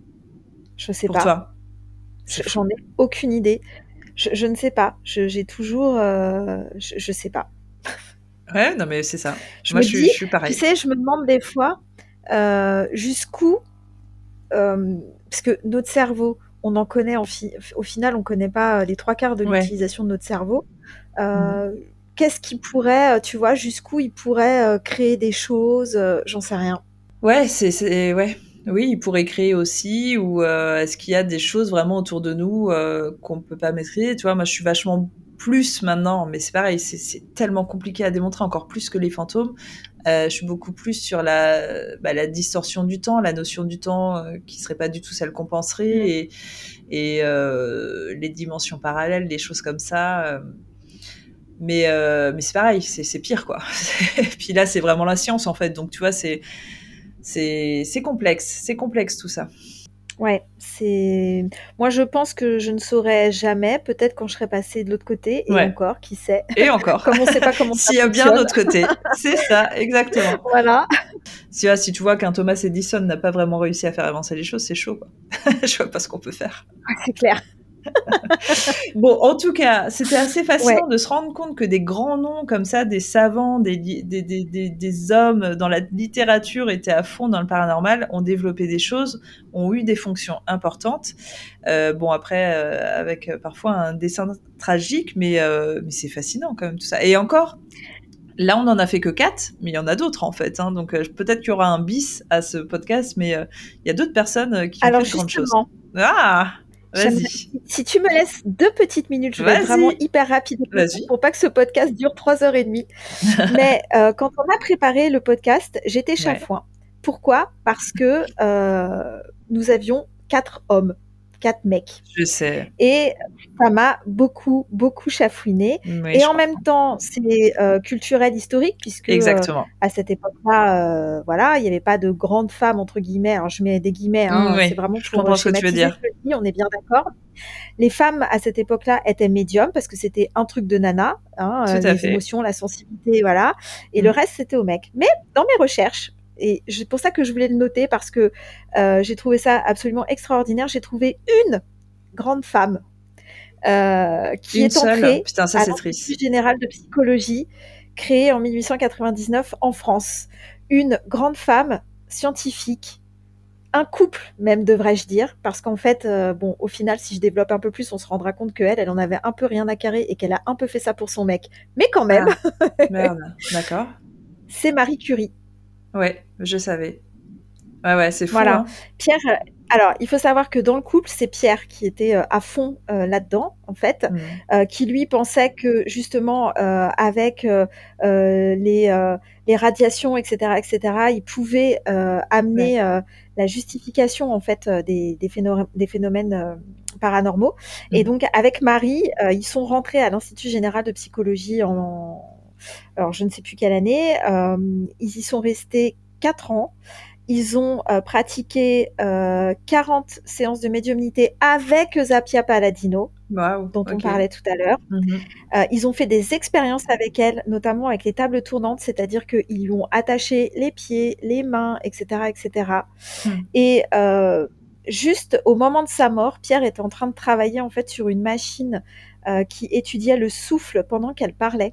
Je sais
pour
pas.
toi? C'est
Je-
fou.
J'en ai aucune idée. Je, je ne sais pas. Je- J'ai toujours. euh, je, je sais pas.
Ouais, non, mais c'est ça.
Je
Moi,
me
je suis,
dis,
je suis
tu
pareil.
sais, je me demande des fois euh, jusqu'où. euh, Parce que notre cerveau, on en connaît, en fi- au final, on connaît pas les trois quarts de
Ouais.
l'utilisation de notre cerveau.
Mhm.
Euh, Qu'est-ce qui pourrait, euh, tu vois, jusqu'où il pourrait euh, créer des choses, euh, j'en sais rien.
Ouais, c'est, c'est, ouais. Oui, il pourrait créer aussi, ou euh, est-ce qu'il y a des choses vraiment autour de nous euh, qu'on peut pas maîtriser? Tu vois, moi, je suis vachement plus maintenant, mais c'est pareil, c'est, c'est tellement compliqué à démontrer, encore plus que les fantômes. Euh, je suis beaucoup plus sur la, bah, la distorsion du temps, la notion du temps euh, qui serait pas du tout celle qu'on penserait,
Mm.
et, et euh, les dimensions parallèles, des choses comme ça. euh, Mais, euh, mais c'est pareil, c'est, c'est pire, quoi. Et puis là, c'est vraiment la science, en fait. Donc, tu vois, c'est, c'est, c'est complexe. C'est complexe, tout ça.
Ouais, c'est. Moi, je pense que je ne saurais jamais. Peut-être quand je serai passée de l'autre côté, et
Ouais.
encore, qui sait.
Et encore.
Comme on ne sait pas comment ça
S'il y a bien
fonctionne.
d'autre côté. C'est ça, exactement.
Voilà.
Si, si tu vois qu'un Thomas Edison n'a pas vraiment réussi à faire avancer les choses, c'est chaud, quoi. Je vois pas ce qu'on peut faire.
C'est clair.
Bon, en tout cas, c'était assez fascinant
Ouais.
de se rendre compte que des grands noms comme ça, des savants, des, des, des, des, des hommes dans la littérature étaient à fond dans le paranormal, ont développé des choses, ont eu des fonctions importantes. Euh, bon, après, euh, avec euh, parfois un dessin tragique, mais, euh, mais c'est fascinant quand même tout ça. Et encore, là, on n'en a fait que quatre, mais il y en a d'autres en fait. Hein, donc euh, peut-être qu'il y aura un bis à ce podcast, mais euh, il y a d'autres personnes euh, qui
Alors
ont fait de grandes choses.
justement,
Ah, vas-y.
j'aimerais- si tu me laisses deux petites minutes, je vais
Vas-y.
être vraiment hyper rapide
Vas-y.
pour pas que ce podcast dure trois heures et demie. Mais euh, quand on a préparé le podcast, j'étais chafouin. Pourquoi ? Parce que euh, nous avions quatre hommes, quatre mecs.
Je sais.
Et ça m'a beaucoup, beaucoup chafouiné.
Oui,
et
je
en
comprends.
même temps, c'est euh, culturel, historique, puisque euh,
Exactement.
à cette époque-là, euh, voilà, il n'y avait pas de grandes femmes, entre guillemets. Alors, je mets des guillemets, hein,
Oui,
c'est vraiment
je
pour
comprends ce que tu veux
schématiser
dire.
ce que je dis, on est bien d'accord. Les femmes, à cette époque-là, étaient médiums, parce que c'était un truc de nana, hein,
Tout
euh,
à
les
fait.
émotions, la sensibilité, voilà. Et
Mm.
le reste, c'était aux mecs. Mais dans mes recherches, et c'est pour ça que je voulais le noter, parce que euh, j'ai trouvé ça absolument extraordinaire, j'ai trouvé une grande femme euh, qui
Une
est
seule.
entrée
Putain, ça
à
c'est
l'Institut
triste.
général de psychologie, créé en mille huit cent quatre-vingt-dix-neuf en France. Une grande femme scientifique, un couple même, devrais-je dire, parce qu'en fait, euh, bon, au final, si je développe un peu plus, on se rendra compte qu'elle, elle en avait un peu rien à carrer et qu'elle a un peu fait ça pour son mec. Mais quand même,
Ah, merde, d'accord.
c'est Marie Curie.
Ouais, je savais. Ouais, ouais, c'est fou,
Voilà.
hein.
Pierre, euh, alors, il faut savoir que dans le couple, c'est Pierre qui était euh, à fond euh, là-dedans, en fait,
Mm.
euh, qui lui pensait que justement, euh, avec euh, euh, les, euh, les radiations, et cetera, et cetera, il pouvait euh, amener euh, la justification, en fait, euh, des, des, phéno- des phénomènes euh, paranormaux.
Mhm.
Et donc, avec Marie, euh, ils sont rentrés à l'Institut général de psychologie en, alors je ne sais plus quelle année. Euh, ils y sont restés quatre ans. Ils ont euh, pratiqué euh, quarante séances de médiumnité avec Zappia Palladino,
Wow,
dont on
ok.
parlait tout à l'heure.
Mhm.
Euh, ils ont fait des expériences avec elle, notamment avec les tables tournantes, c'est-à-dire qu'ils lui ont attaché les pieds, les mains, et cetera, et cetera.
Mm.
Et euh, juste au moment de sa mort, Pierre était en train de travailler en fait sur une machine euh, qui étudiait le souffle pendant qu'elle parlait.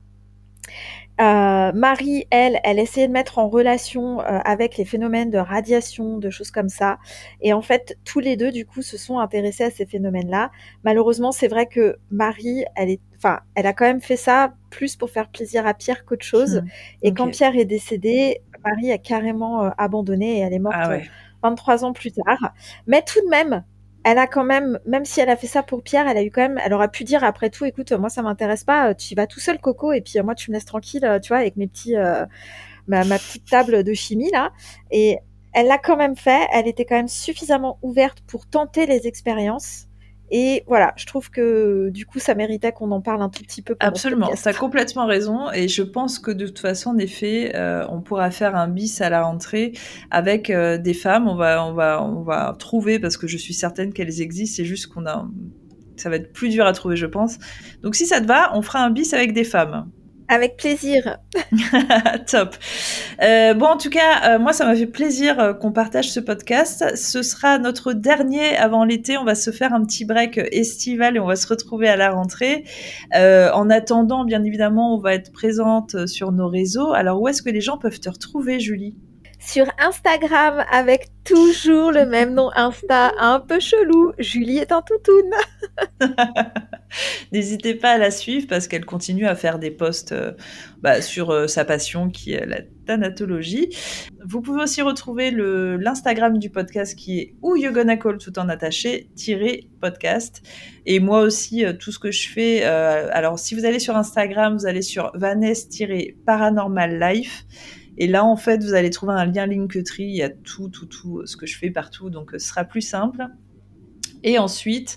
Euh, Marie, elle, elle essayait de mettre en relation euh, avec les phénomènes de radiation, de choses comme ça. Et en fait, tous les deux, du coup, se sont intéressés à ces phénomènes-là. Malheureusement, c'est vrai que Marie, elle est, enfin, elle a quand même fait ça plus pour faire plaisir à Pierre qu'autre chose.
Mm.
Et
Ok.
quand Pierre est décédé, Marie a carrément euh, abandonné et elle est morte
Ah ouais.
euh, vingt-trois ans plus tard. Mais tout de même, elle a quand même, même si elle a fait ça pour Pierre, elle a eu quand même, elle aurait pu dire après tout, écoute, moi ça m'intéresse pas, tu y vas tout seul, Coco, et puis euh, moi tu me laisses tranquille, euh, tu vois, avec mes petits, euh, ma, ma petite table de chimie là. Et elle l'a quand même fait. Elle était quand même suffisamment ouverte pour tenter les expériences. Et voilà, je trouve que du coup, ça méritait qu'on en parle un tout petit peu pendant
Absolument,
ce
tu as
podcast.
complètement raison et je pense que de toute façon, en effet, euh, on pourra faire un bis à la rentrée avec euh, des femmes. On va, on va, on va trouver parce que je suis certaine qu'elles existent. C'est juste qu'on a, ça va être plus dur à trouver, je pense. Donc si ça te va, on fera un bis avec des femmes.
Avec plaisir.
Top. Euh, bon, en tout cas, euh, moi, ça m'a fait plaisir euh, qu'on partage ce podcast. Ce sera notre dernier avant l'été. On va se faire un petit break estival et on va se retrouver à la rentrée. Euh, en attendant, bien évidemment, on va être présente sur nos réseaux. Alors, où est-ce que les gens peuvent te retrouver, Julie ?
Sur Instagram, avec toujours le même nom Insta, un peu chelou. Julie est en toutoune.
N'hésitez pas à la suivre parce qu'elle continue à faire des posts euh, bah, sur euh, sa passion qui est la thanatologie. Vous pouvez aussi retrouver le, l'Instagram du podcast qui est Who You Gonna Call tout en attaché, tiré podcast. Et moi aussi, euh, tout ce que je fais. Euh, alors, si vous allez sur Instagram, vous allez sur Vanessa-Paranormal Life. Et là, en fait, vous allez trouver un lien Linktree. Il y a tout, tout, tout ce que je fais partout. Donc, ce sera plus simple. Et ensuite,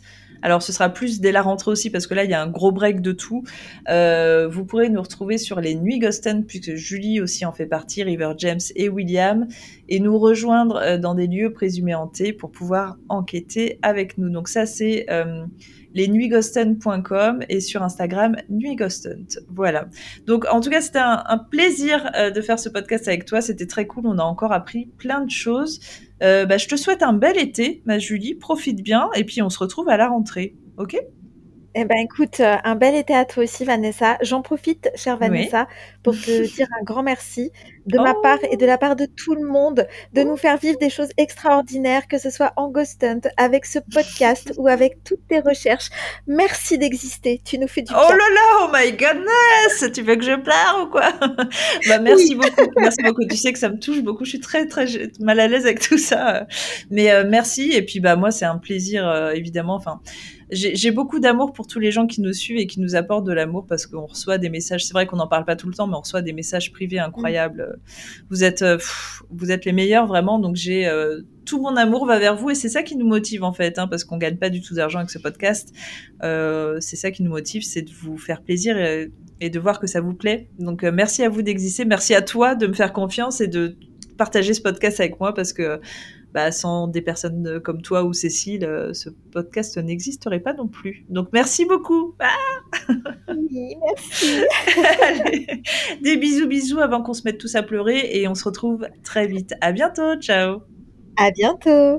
Alors, ce sera plus dès la rentrée aussi, parce que là, il y a un gros break de tout. Euh, vous pourrez nous retrouver sur les Nuits Ghosten, puisque Julie aussi en fait partie, River James et William, et nous rejoindre dans des lieux présumés hantés pour pouvoir enquêter avec nous. Donc ça, c'est euh, les nuits ghosten point com et sur Instagram, Nuits Ghosten. Voilà. Donc, en tout cas, c'était un, un plaisir euh, de faire ce podcast avec toi. C'était très cool. On a encore appris plein de choses. Euh, bah, je te souhaite un bel été, ma Julie. Profite bien. Et puis, on se retrouve à la rentrée. OK ?
Eh ben, écoute, euh, un bel été à toi aussi, Vanessa. J'en profite, chère Vanessa, oui. pour te dire un grand merci de oh. ma part et de la part de tout le monde, de oh. nous faire vivre des choses extraordinaires, que ce soit en Ghost Hunt, avec ce podcast ou avec toutes tes recherches. Merci d'exister. Tu nous fais du bien.
Oh là là, oh my goodness! Tu veux que je pleure ou quoi? Bah, merci oui. beaucoup. Merci beaucoup. Tu sais que ça me touche beaucoup. Je suis très, très mal à l'aise avec tout ça. Mais euh, merci. Et puis, bah, moi, c'est un plaisir, euh, évidemment. Enfin, J'ai, j'ai beaucoup d'amour pour tous les gens qui nous suivent et qui nous apportent de l'amour parce qu'on reçoit des messages. C'est vrai qu'on n'en parle pas tout le temps, mais on reçoit des messages privés incroyables. Mmh. Vous êtes, euh, pff, vous êtes les meilleurs vraiment. Donc j'ai euh, tout mon amour va vers vous et c'est ça qui nous motive en fait, hein, parce qu'on gagne pas du tout d'argent avec ce podcast. Euh, c'est ça qui nous motive, c'est de vous faire plaisir et, et de voir que ça vous plaît. Donc euh, merci à vous d'exister, merci à toi de me faire confiance et de partager ce podcast avec moi parce que. Bah, sans des personnes comme toi ou Cécile, ce podcast n'existerait pas non plus. Donc, merci beaucoup. Ah
oui, merci.
Allez, des bisous, bisous avant qu'on se mette tous à pleurer et on se retrouve très vite. À bientôt. Ciao.
À bientôt.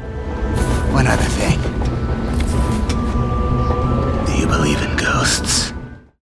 One other thing. Do you believe in ghosts?